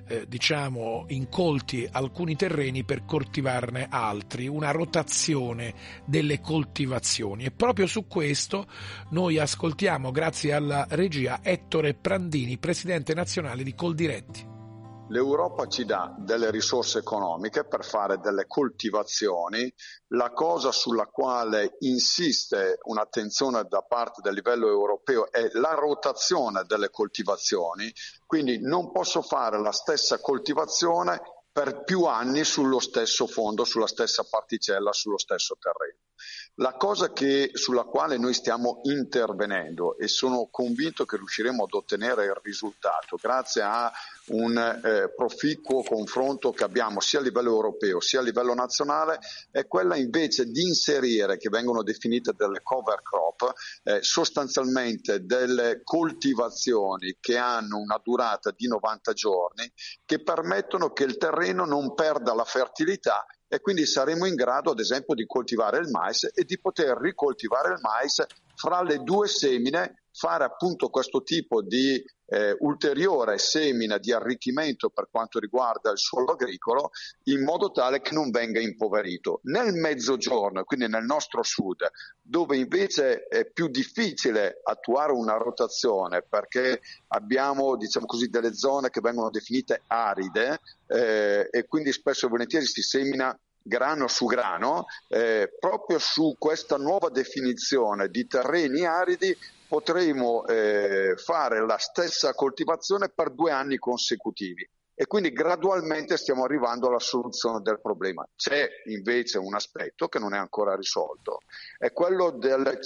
Speaker 2: incolti alcuni terreni per coltivarne altri, una rotazione delle coltivazioni. E proprio su questo noi ascoltiamo, grazie alla regia, Ettore Prandini, presidente nazionale di Coldiretti.
Speaker 17: L'Europa ci dà delle risorse economiche per fare delle coltivazioni. La cosa sulla quale insiste un'attenzione da parte del livello europeo è la rotazione delle coltivazioni, quindi non posso fare la stessa coltivazione per più anni sullo stesso fondo, sulla stessa particella, sullo stesso terreno. La cosa sulla quale noi stiamo intervenendo, e sono convinto che riusciremo ad ottenere il risultato grazie a un proficuo confronto che abbiamo sia a livello europeo sia a livello nazionale, è quella invece di inserire, che vengono definite delle cover crop, sostanzialmente delle coltivazioni che hanno una durata di 90 giorni, che permettono che il terreno non perda la fertilità, e quindi saremo in grado ad esempio di coltivare il mais e di poter ricoltivare il mais fra le due semine, fare appunto questo tipo di ulteriore semina di arricchimento per quanto riguarda il suolo agricolo, in modo tale che non venga impoverito. Nel mezzogiorno, quindi nel nostro sud, dove invece è più difficile attuare una rotazione perché abbiamo, diciamo così, delle zone che vengono definite aride, e quindi spesso e volentieri si semina grano su grano, proprio su questa nuova definizione di terreni aridi potremo fare la stessa coltivazione per 2 anni consecutivi, e quindi gradualmente stiamo arrivando alla soluzione del problema. C'è invece un aspetto che non è ancora risolto, è quello del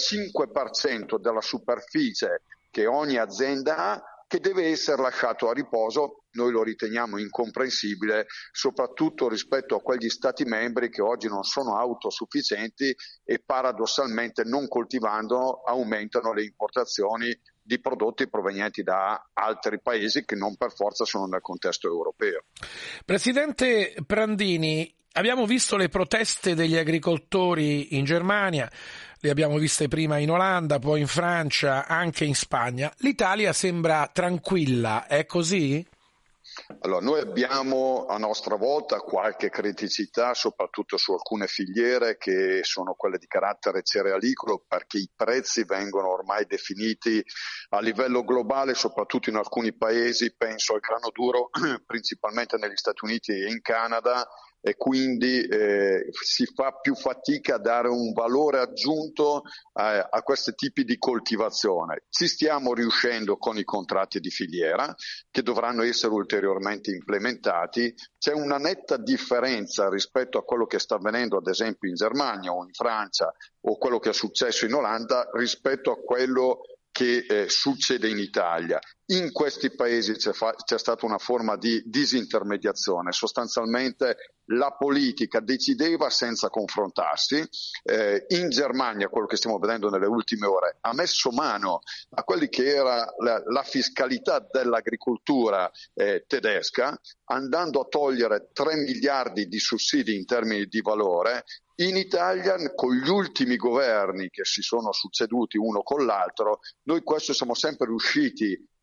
Speaker 17: 5% della superficie che ogni azienda ha, che deve essere lasciato a riposo. Noi lo riteniamo incomprensibile, soprattutto rispetto a quegli Stati membri che oggi non sono autosufficienti e paradossalmente, non coltivando, aumentano le importazioni di prodotti provenienti da altri paesi che non per forza sono nel contesto europeo.
Speaker 2: Presidente Prandini, abbiamo visto le proteste degli agricoltori in Germania, le abbiamo viste prima in Olanda, poi in Francia, anche in Spagna. L'Italia sembra tranquilla, è così?
Speaker 17: Allora, noi abbiamo a nostra volta qualche criticità, soprattutto su alcune filiere che sono quelle di carattere cerealicolo, perché i prezzi vengono ormai definiti a livello globale, soprattutto in alcuni paesi, penso al grano duro, principalmente negli Stati Uniti e in Canada, e quindi si fa più fatica a dare un valore aggiunto a questi tipi di coltivazione. Ci stiamo riuscendo con i contratti di filiera, che dovranno essere ulteriormente implementati. C'è una netta differenza rispetto a quello che sta avvenendo ad esempio in Germania o in Francia, o quello che è successo in Olanda, rispetto a quello che succede in Italia. In questi paesi c'è stata una forma di disintermediazione, sostanzialmente la politica decideva senza confrontarsi. In Germania, quello che stiamo vedendo nelle ultime ore, ha messo mano a quelli che era la fiscalità dell'agricoltura tedesca, andando a togliere 3 miliardi di sussidi in termini di valore. In Italia, con gli ultimi governi che si sono succeduti uno con l'altro, noi questo siamo sempre riusciti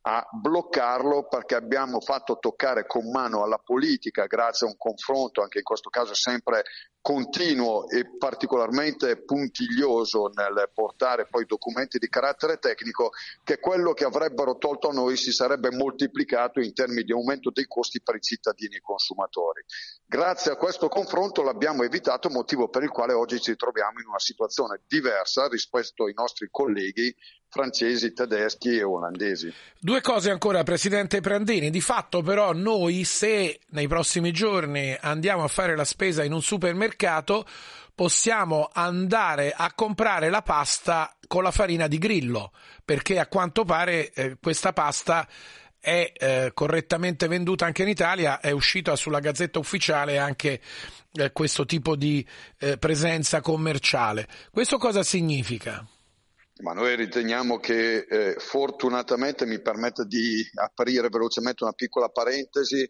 Speaker 17: a bloccarlo, perché abbiamo fatto toccare con mano alla politica, grazie a un confronto anche in questo caso sempre continuo e particolarmente puntiglioso nel portare poi documenti di carattere tecnico, che quello che avrebbero tolto a noi si sarebbe moltiplicato in termini di aumento dei costi per i cittadini e i consumatori. Grazie a questo confronto l'abbiamo evitato, motivo per il quale oggi ci troviamo in una situazione diversa rispetto ai nostri colleghi francesi, tedeschi e olandesi.
Speaker 2: Due cose ancora, Presidente Prandini. Di fatto però noi, se nei prossimi giorni andiamo a fare la spesa in un supermercato, possiamo andare a comprare la pasta con la farina di grillo, perché a quanto pare questa pasta è correttamente venduta anche in Italia, è uscita sulla Gazzetta Ufficiale anche questo tipo di presenza commerciale. Questo cosa significa?
Speaker 17: Ma noi riteniamo che fortunatamente, mi permette di aprire velocemente una piccola parentesi,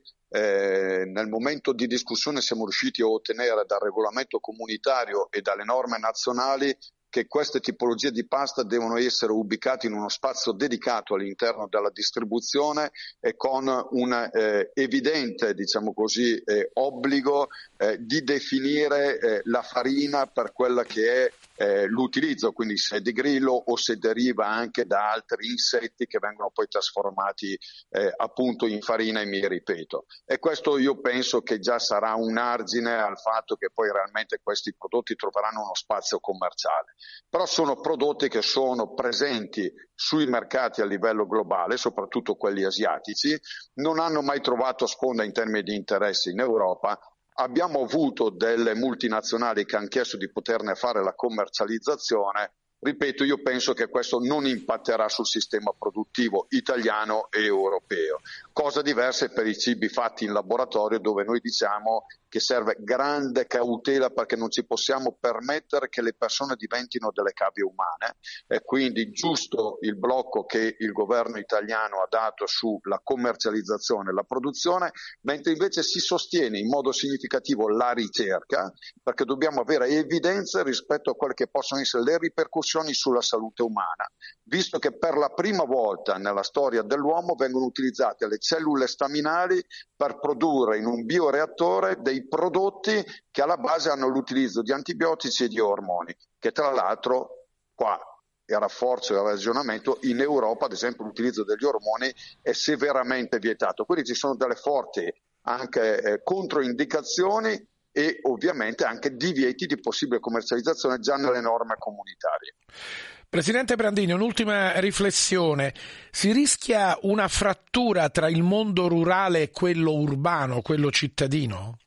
Speaker 17: nel momento di discussione siamo riusciti a ottenere dal regolamento comunitario e dalle norme nazionali che queste tipologie di pasta devono essere ubicate in uno spazio dedicato all'interno della distribuzione e con un evidente, diciamo così, obbligo di definire la farina per quella che è l'utilizzo, quindi se è di grillo o se deriva anche da altri insetti che vengono poi trasformati appunto in farina, e mi ripeto. E questo io penso che già sarà un argine al fatto che poi realmente questi prodotti troveranno uno spazio commerciale. Però sono prodotti che sono presenti sui mercati a livello globale, soprattutto quelli asiatici, non hanno mai trovato sponda in termini di interessi in Europa. Abbiamo avuto delle multinazionali che hanno chiesto di poterne fare la commercializzazione. Ripeto, io penso che questo non impatterà sul sistema produttivo italiano e europeo. Cosa diversa è per i cibi fatti in laboratorio, dove noi diciamo che serve grande cautela, perché non ci possiamo permettere che le persone diventino delle cavie umane, e quindi giusto il blocco che il governo italiano ha dato sulla commercializzazione e la produzione, mentre invece si sostiene in modo significativo la ricerca, perché dobbiamo avere evidenze rispetto a quelle che possono essere le ripercussioni sulla salute umana, visto che per la prima volta nella storia dell'uomo vengono utilizzate le cellule staminali per produrre in un bioreattore dei prodotti che alla base hanno l'utilizzo di antibiotici e di ormoni, che tra l'altro qua e rafforzo il ragionamento, in Europa ad esempio l'utilizzo degli ormoni è severamente vietato, quindi ci sono delle forti anche controindicazioni e ovviamente anche divieti di possibile commercializzazione già nelle norme comunitarie.
Speaker 2: Presidente Prandini, un'ultima riflessione. Si rischia una frattura tra il mondo rurale e quello urbano, quello cittadino?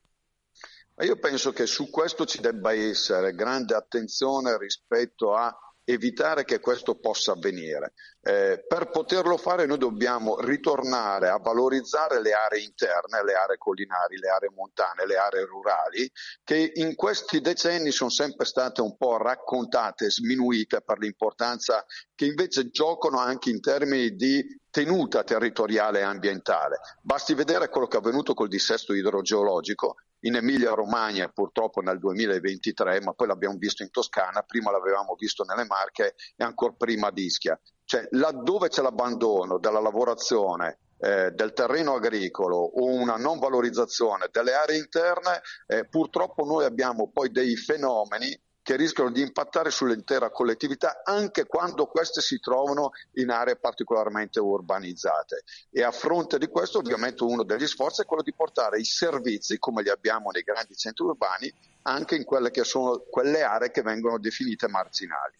Speaker 17: Io penso che su questo ci debba essere grande attenzione rispetto a evitare che questo possa avvenire. Per poterlo fare noi dobbiamo ritornare a valorizzare le aree interne, le aree collinari, le aree montane, le aree rurali, che in questi decenni sono sempre state un po' raccontate, sminuite per l'importanza che invece giocano anche in termini di tenuta territoriale e ambientale. Basti vedere quello che è avvenuto col dissesto idrogeologico in Emilia-Romagna purtroppo nel 2023, ma poi l'abbiamo visto in Toscana, prima l'avevamo visto nelle Marche e ancora prima ad Ischia. Cioè laddove c'è l'abbandono della lavorazione del terreno agricolo o una non valorizzazione delle aree interne, purtroppo noi abbiamo poi dei fenomeni che rischiano di impattare sull'intera collettività anche quando queste si trovano in aree particolarmente urbanizzate. E a fronte di questo ovviamente uno degli sforzi è quello di portare i servizi, come li abbiamo nei grandi centri urbani, anche in quelle che sono quelle aree che vengono definite marginali.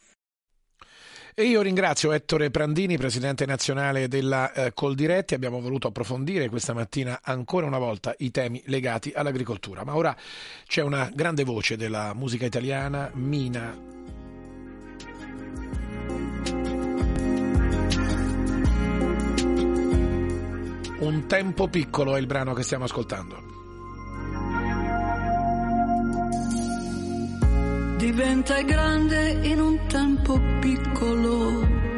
Speaker 2: E io ringrazio Ettore Prandini, presidente nazionale della Coldiretti. Abbiamo voluto approfondire questa mattina ancora una volta i temi legati all'agricoltura. Ma ora c'è una grande voce della musica italiana, Mina. Un tempo piccolo è il brano che stiamo ascoltando.
Speaker 18: Diventai grande in un tempo piccolo,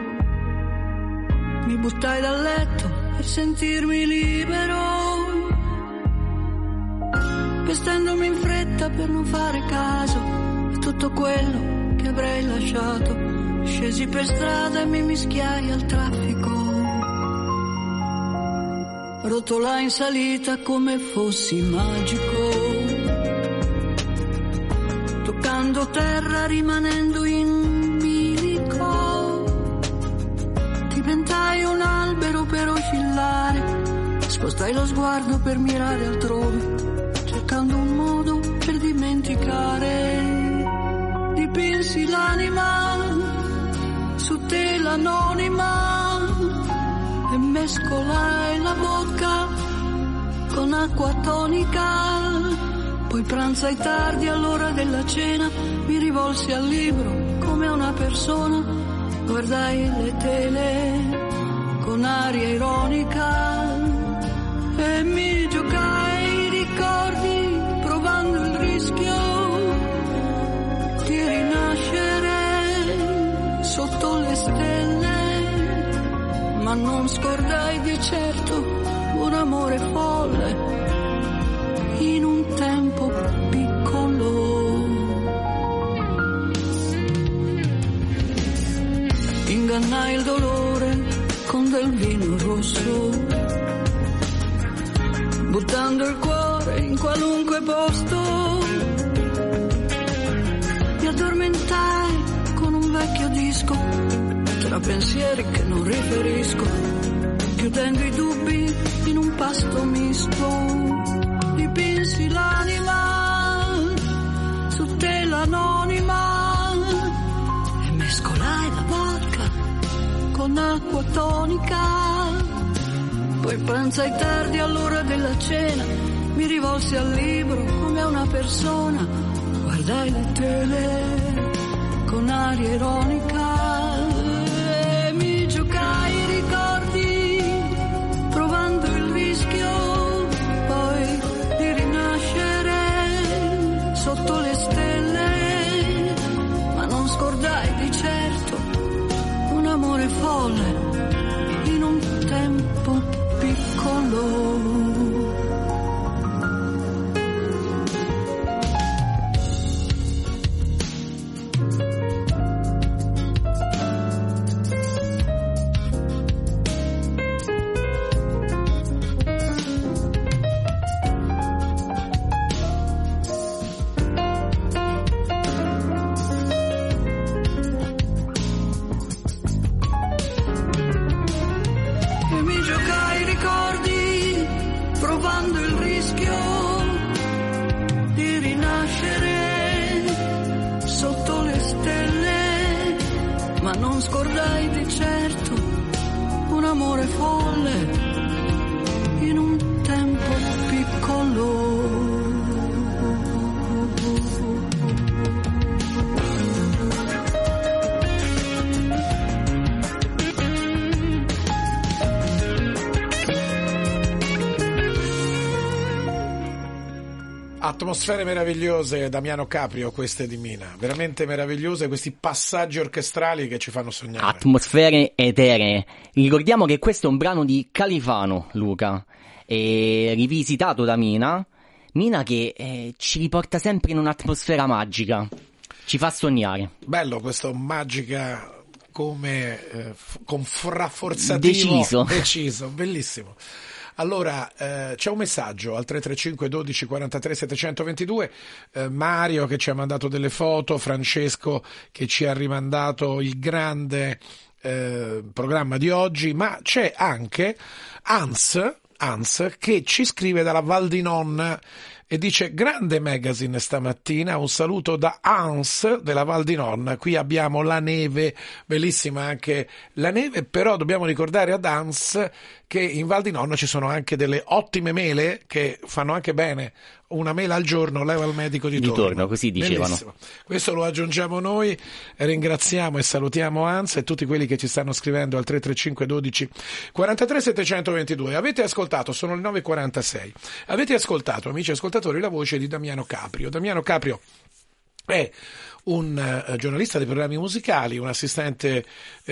Speaker 18: mi buttai dal letto per sentirmi libero, vestendomi in fretta per non fare caso a tutto quello che avrei lasciato. Scesi per strada e mi mischiai al traffico, rotola in salita come fossi magico, toccando terra rimanendo in bilico, diventai un albero per oscillare, spostai lo sguardo per mirare altrove, cercando un modo per dimenticare, dipinsi l'anima su tela anonima e mescolai la vodka con acqua tonica. Poi pranzai tardi all'ora della cena, mi rivolsi al libro come a una persona, guardai le tele con aria ironica e mi giocai i ricordi provando il rischio di rinascere sotto le stelle, ma non scordai di certo un amore folle in un tempo piccolo. Ingannai il dolore con del vino rosso, buttando il cuore in qualunque posto. Mi addormentai con un vecchio disco, tra pensieri che non riferisco, chiudendo i dubbi in un pasto misto. Dipinsi l'anima su tela anonima e mescolai la vodka con acqua tonica. Poi pranzai tardi all'ora della cena, mi rivolsi al libro come a una persona, guardai le tele con aria ironica e mi giocai i ricordi provando il rischio sotto le stelle, ma non scordai di certo un amore folle in un tempo piccolo.
Speaker 2: Atmosfere meravigliose, Damiano Caprio, queste di Mina, veramente meravigliose, questi passaggi orchestrali che ci fanno sognare.
Speaker 19: Atmosfere eteree. Ricordiamo che questo è un brano di Califano, Luca, e rivisitato da Mina che ci riporta sempre in un'atmosfera magica, ci fa sognare.
Speaker 2: Bello questo magica come con rafforzativo deciso, bellissimo. Allora, c'è un messaggio al 335 12 43 722, Mario che ci ha mandato delle foto, Francesco che ci ha rimandato il grande programma di oggi, ma c'è anche Hans che ci scrive dalla Val di Non e dice: grande magazine stamattina, un saluto da Hans della Val di Non, qui abbiamo la neve, bellissima anche la neve, però dobbiamo ricordare ad Hans che in Val di Non ci sono anche delle ottime mele che fanno anche bene, una mela al giorno leva il medico di torno,
Speaker 19: così dicevano.
Speaker 2: Bellissimo. Questo lo aggiungiamo noi, ringraziamo e salutiamo Hans e tutti quelli che ci stanno scrivendo al 335 12 43 722. Avete ascoltato, sono le 9:46, avete ascoltato, amici ascoltatori, la voce di Damiano Caprio. Damiano Caprio è un giornalista dei programmi musicali, un assistente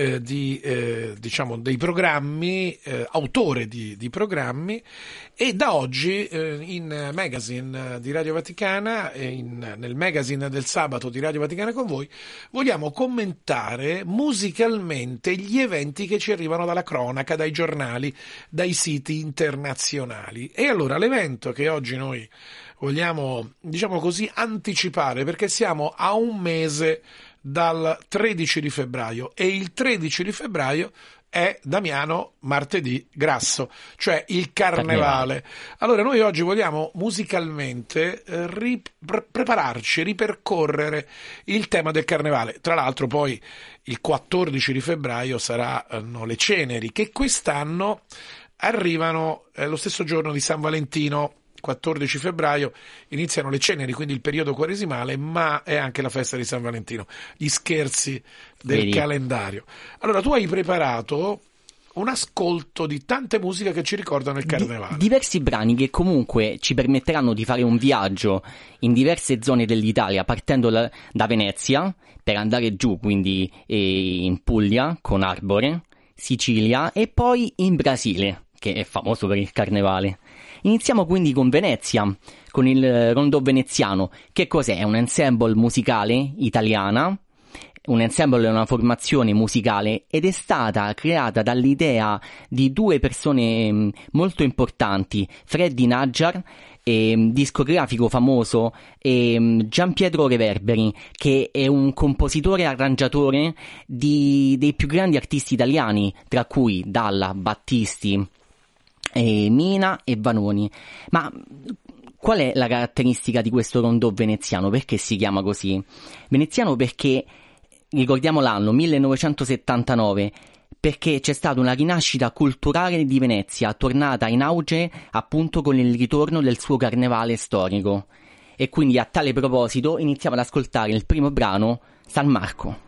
Speaker 2: dei programmi, autore di programmi, e da oggi in magazine di Radio Vaticana, nel magazine del sabato di Radio Vaticana con voi, vogliamo commentare musicalmente gli eventi che ci arrivano dalla cronaca, dai giornali, dai siti internazionali. E allora l'evento che oggi noi vogliamo, diciamo così, anticipare, perché siamo a un mese dal 13 di febbraio e il 13 di febbraio è, Damiano, martedì grasso, cioè il carnevale. Allora noi oggi vogliamo musicalmente prepararci, ripercorrere il tema del carnevale. Tra l'altro poi il 14 di febbraio saranno le ceneri, che quest'anno arrivano lo stesso giorno di San Valentino. 14 febbraio iniziano le ceneri, quindi il periodo quaresimale, ma è anche la festa di San Valentino, gli scherzi del calendario. Allora tu hai preparato un ascolto di tante musiche che ci ricordano il carnevale.
Speaker 19: Diversi brani che comunque ci permetteranno di fare un viaggio in diverse zone dell'Italia, partendo da Venezia per andare giù, quindi in Puglia con Arbore, Sicilia e poi in Brasile, che è famoso per il carnevale. Iniziamo quindi con Venezia, con il Rondò veneziano. Che cos'è? È un ensemble musicale italiana. Un ensemble è una formazione musicale ed è stata creata dall'idea di due persone molto importanti, Freddy Najjar, discografico famoso, e Gianpietro Reverberi, che è un compositore e arrangiatore dei più grandi artisti italiani, tra cui Dalla, Battisti, Mina e Vanoni. Ma qual è la caratteristica di questo rondò veneziano? Perché si chiama così? Veneziano perché, ricordiamo l'anno 1979, perché c'è stata una rinascita culturale di Venezia, tornata in auge appunto con il ritorno del suo carnevale storico. E quindi a tale proposito iniziamo ad ascoltare il primo brano, San Marco.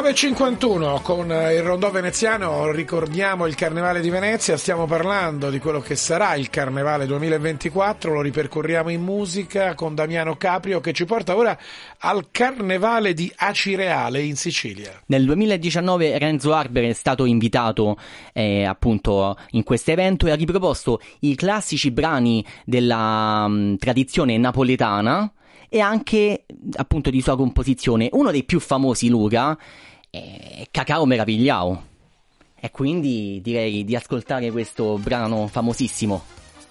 Speaker 2: 9.51 con il rondò veneziano, ricordiamo il Carnevale di Venezia, stiamo parlando di quello che sarà il Carnevale 2024, lo ripercorriamo in musica con Damiano Caprio che ci porta ora al Carnevale di Acireale in Sicilia.
Speaker 19: Nel 2019 Renzo Arbore è stato invitato appunto in questo evento e ha riproposto i classici brani della tradizione napoletana e anche appunto di sua composizione. Uno dei più famosi, Luca, è Cacao Meravigliao, e quindi direi di ascoltare questo brano famosissimo.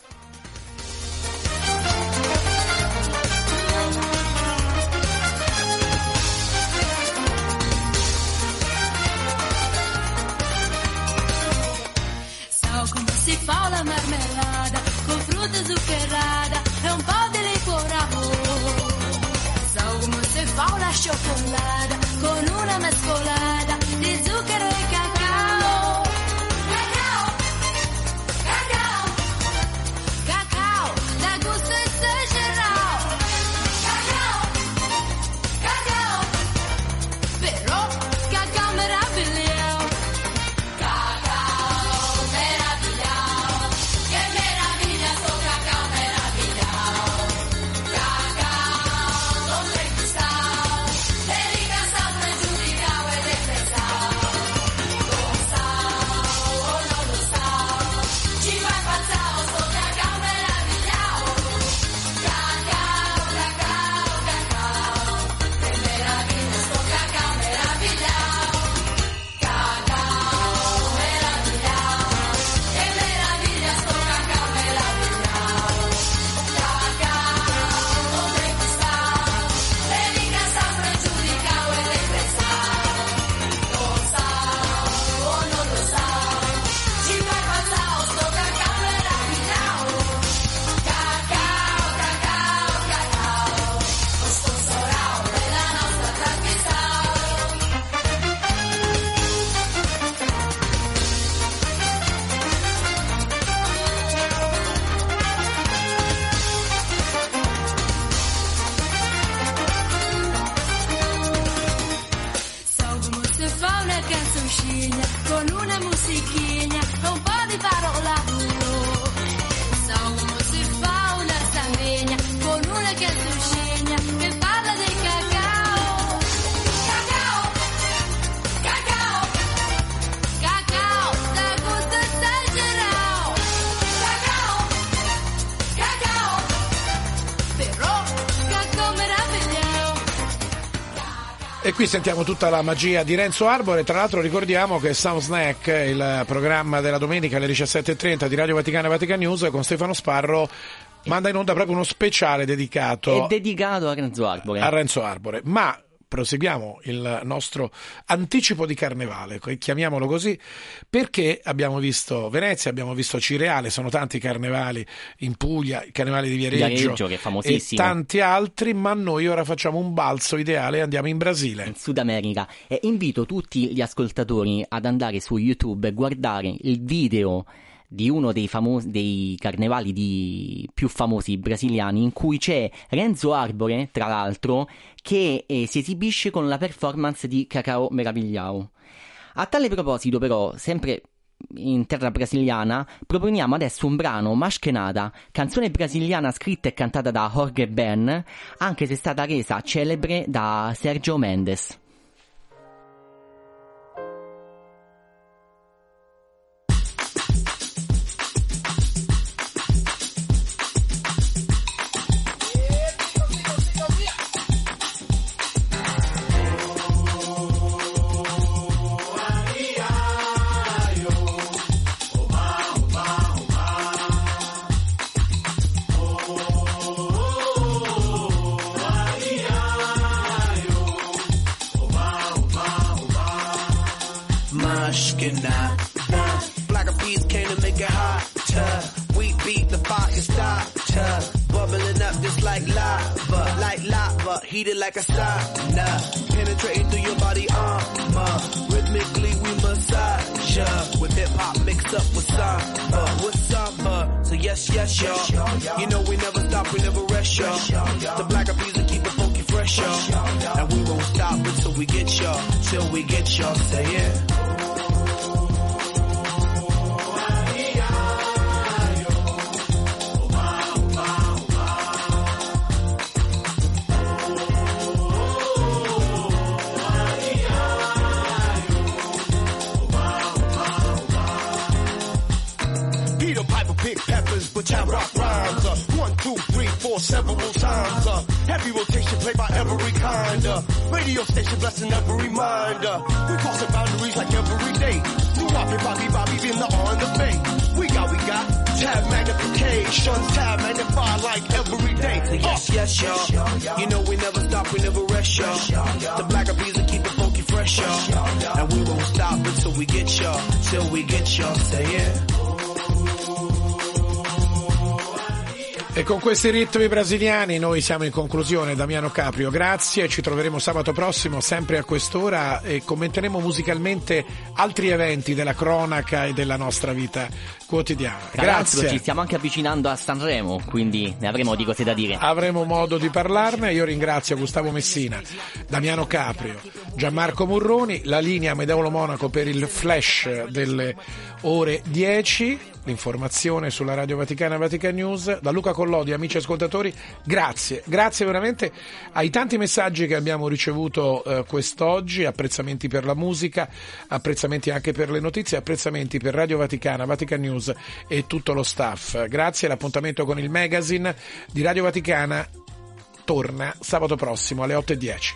Speaker 4: So come si fa la marmellata con frutta zuccherata e un po' di liquore. Se fa una cioccolata con una mescolata di zucchero e cacao. Cacao, cacao, cacao, da gusto esagerato. Cacao, cacao, però cacao meraviglioso. Cacao meraviglioso, che meraviglia sto cacao meraviglioso. Cacao, donde gusta. Con una musichina, un po' di parola. So come si fa una sardegna con una canzoncina che parla di cacao. Cacao, cacao, cacao, da gusto esagerato. Cacao, cacao, però cacao meraviglioso.
Speaker 2: E qui sentiamo tutta la magia di Renzo Arbore. Tra l'altro ricordiamo che Sound Snack, il programma della domenica alle 17.30 di Radio Vaticana e Vatican News, con Stefano Sparro manda in onda proprio uno speciale dedicato
Speaker 19: a Renzo Arbore.
Speaker 2: A Renzo Arbore. Ma proseguiamo il nostro anticipo di Carnevale, chiamiamolo così, perché abbiamo visto Venezia, abbiamo visto Acireale, sono tanti carnevali in Puglia, il Carnevale di Viareggio
Speaker 19: che è famosissimo,
Speaker 2: e tanti altri, ma noi ora facciamo un balzo ideale e andiamo in Brasile,
Speaker 19: in Sud America, e invito tutti gli ascoltatori ad andare su YouTube e guardare il video di uno dei carnevali più famosi brasiliani, in cui c'è Renzo Arbore, tra l'altro, che si esibisce con la performance di Cacao Meravigliao. A tale proposito, però, sempre in terra brasiliana, proponiamo adesso un brano, Maskenada, canzone brasiliana scritta e cantata da Jorge Ben, anche se è stata resa celebre da Sergio Mendes.
Speaker 20: Black of peas came to make it hot. We beat the fire starter, bubbling up just like lava, heated like a sauna, penetrating through your body armor. Rhythmically we massage with hip hop mixed up with samba. So yes, y'all. You know we never stop, we never rest, y'all. The Black of peas will keep it funky fresh. pressure. And we won't stop until we get y'all, till we get y'all. Say it.
Speaker 21: But I rock rhymes, 1, 2, 3, 4, several times, heavy rotation played by every kind, radio station blessing every mind, we crossing boundaries like every day, new Bobby, being the on the bay, we got, tab magnification, tab magnify like every day,
Speaker 20: yes, y'all, you know we never stop, we never rest, y'all, the black bees will keep it funky fresh, y'all, and we won't stop until we get y'all, till we get y'all, say it.
Speaker 2: E con questi ritmi brasiliani noi siamo in conclusione. Damiano Caprio, grazie, ci troveremo sabato prossimo sempre a quest'ora e commenteremo musicalmente altri eventi della cronaca e della nostra vita quotidiana.
Speaker 19: Tra l'altro ci stiamo anche avvicinando a Sanremo, quindi ne avremo di cose da dire.
Speaker 2: Avremo modo di parlarne. Io ringrazio Gustavo Messina, Damiano Caprio, Gianmarco Murroni, la linea Medeulo Monaco per il flash delle ore 10. L'informazione sulla Radio Vaticana, Vatican News. Da Luca Collodi, amici ascoltatori, grazie veramente ai tanti messaggi che abbiamo ricevuto quest'oggi, apprezzamenti per la musica, apprezzamenti anche per le notizie, apprezzamenti per Radio Vaticana, Vatican News e tutto lo staff. Grazie, l'appuntamento con il magazine di Radio Vaticana torna sabato prossimo alle 8:10.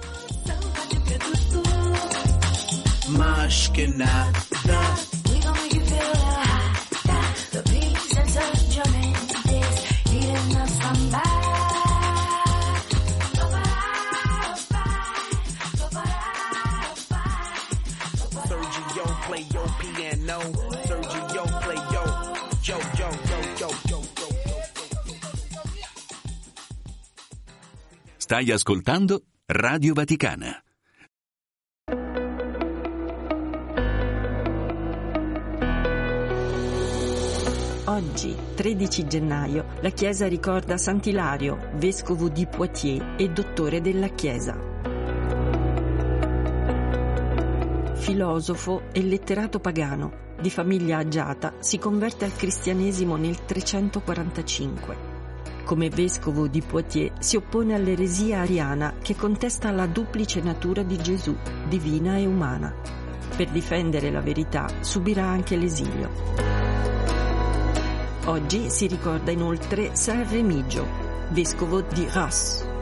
Speaker 1: Stai ascoltando Radio Vaticana.
Speaker 22: Oggi, 13 gennaio, la Chiesa ricorda Sant'Ilario, vescovo di Poitiers e dottore della Chiesa. Filosofo e letterato pagano, di famiglia agiata, si converte al cristianesimo nel 345. Come vescovo di Poitiers si oppone all'eresia ariana che contesta la duplice natura di Gesù, divina e umana. Per difendere la verità subirà anche l'esilio. Oggi si ricorda inoltre San Remigio, vescovo di Reims.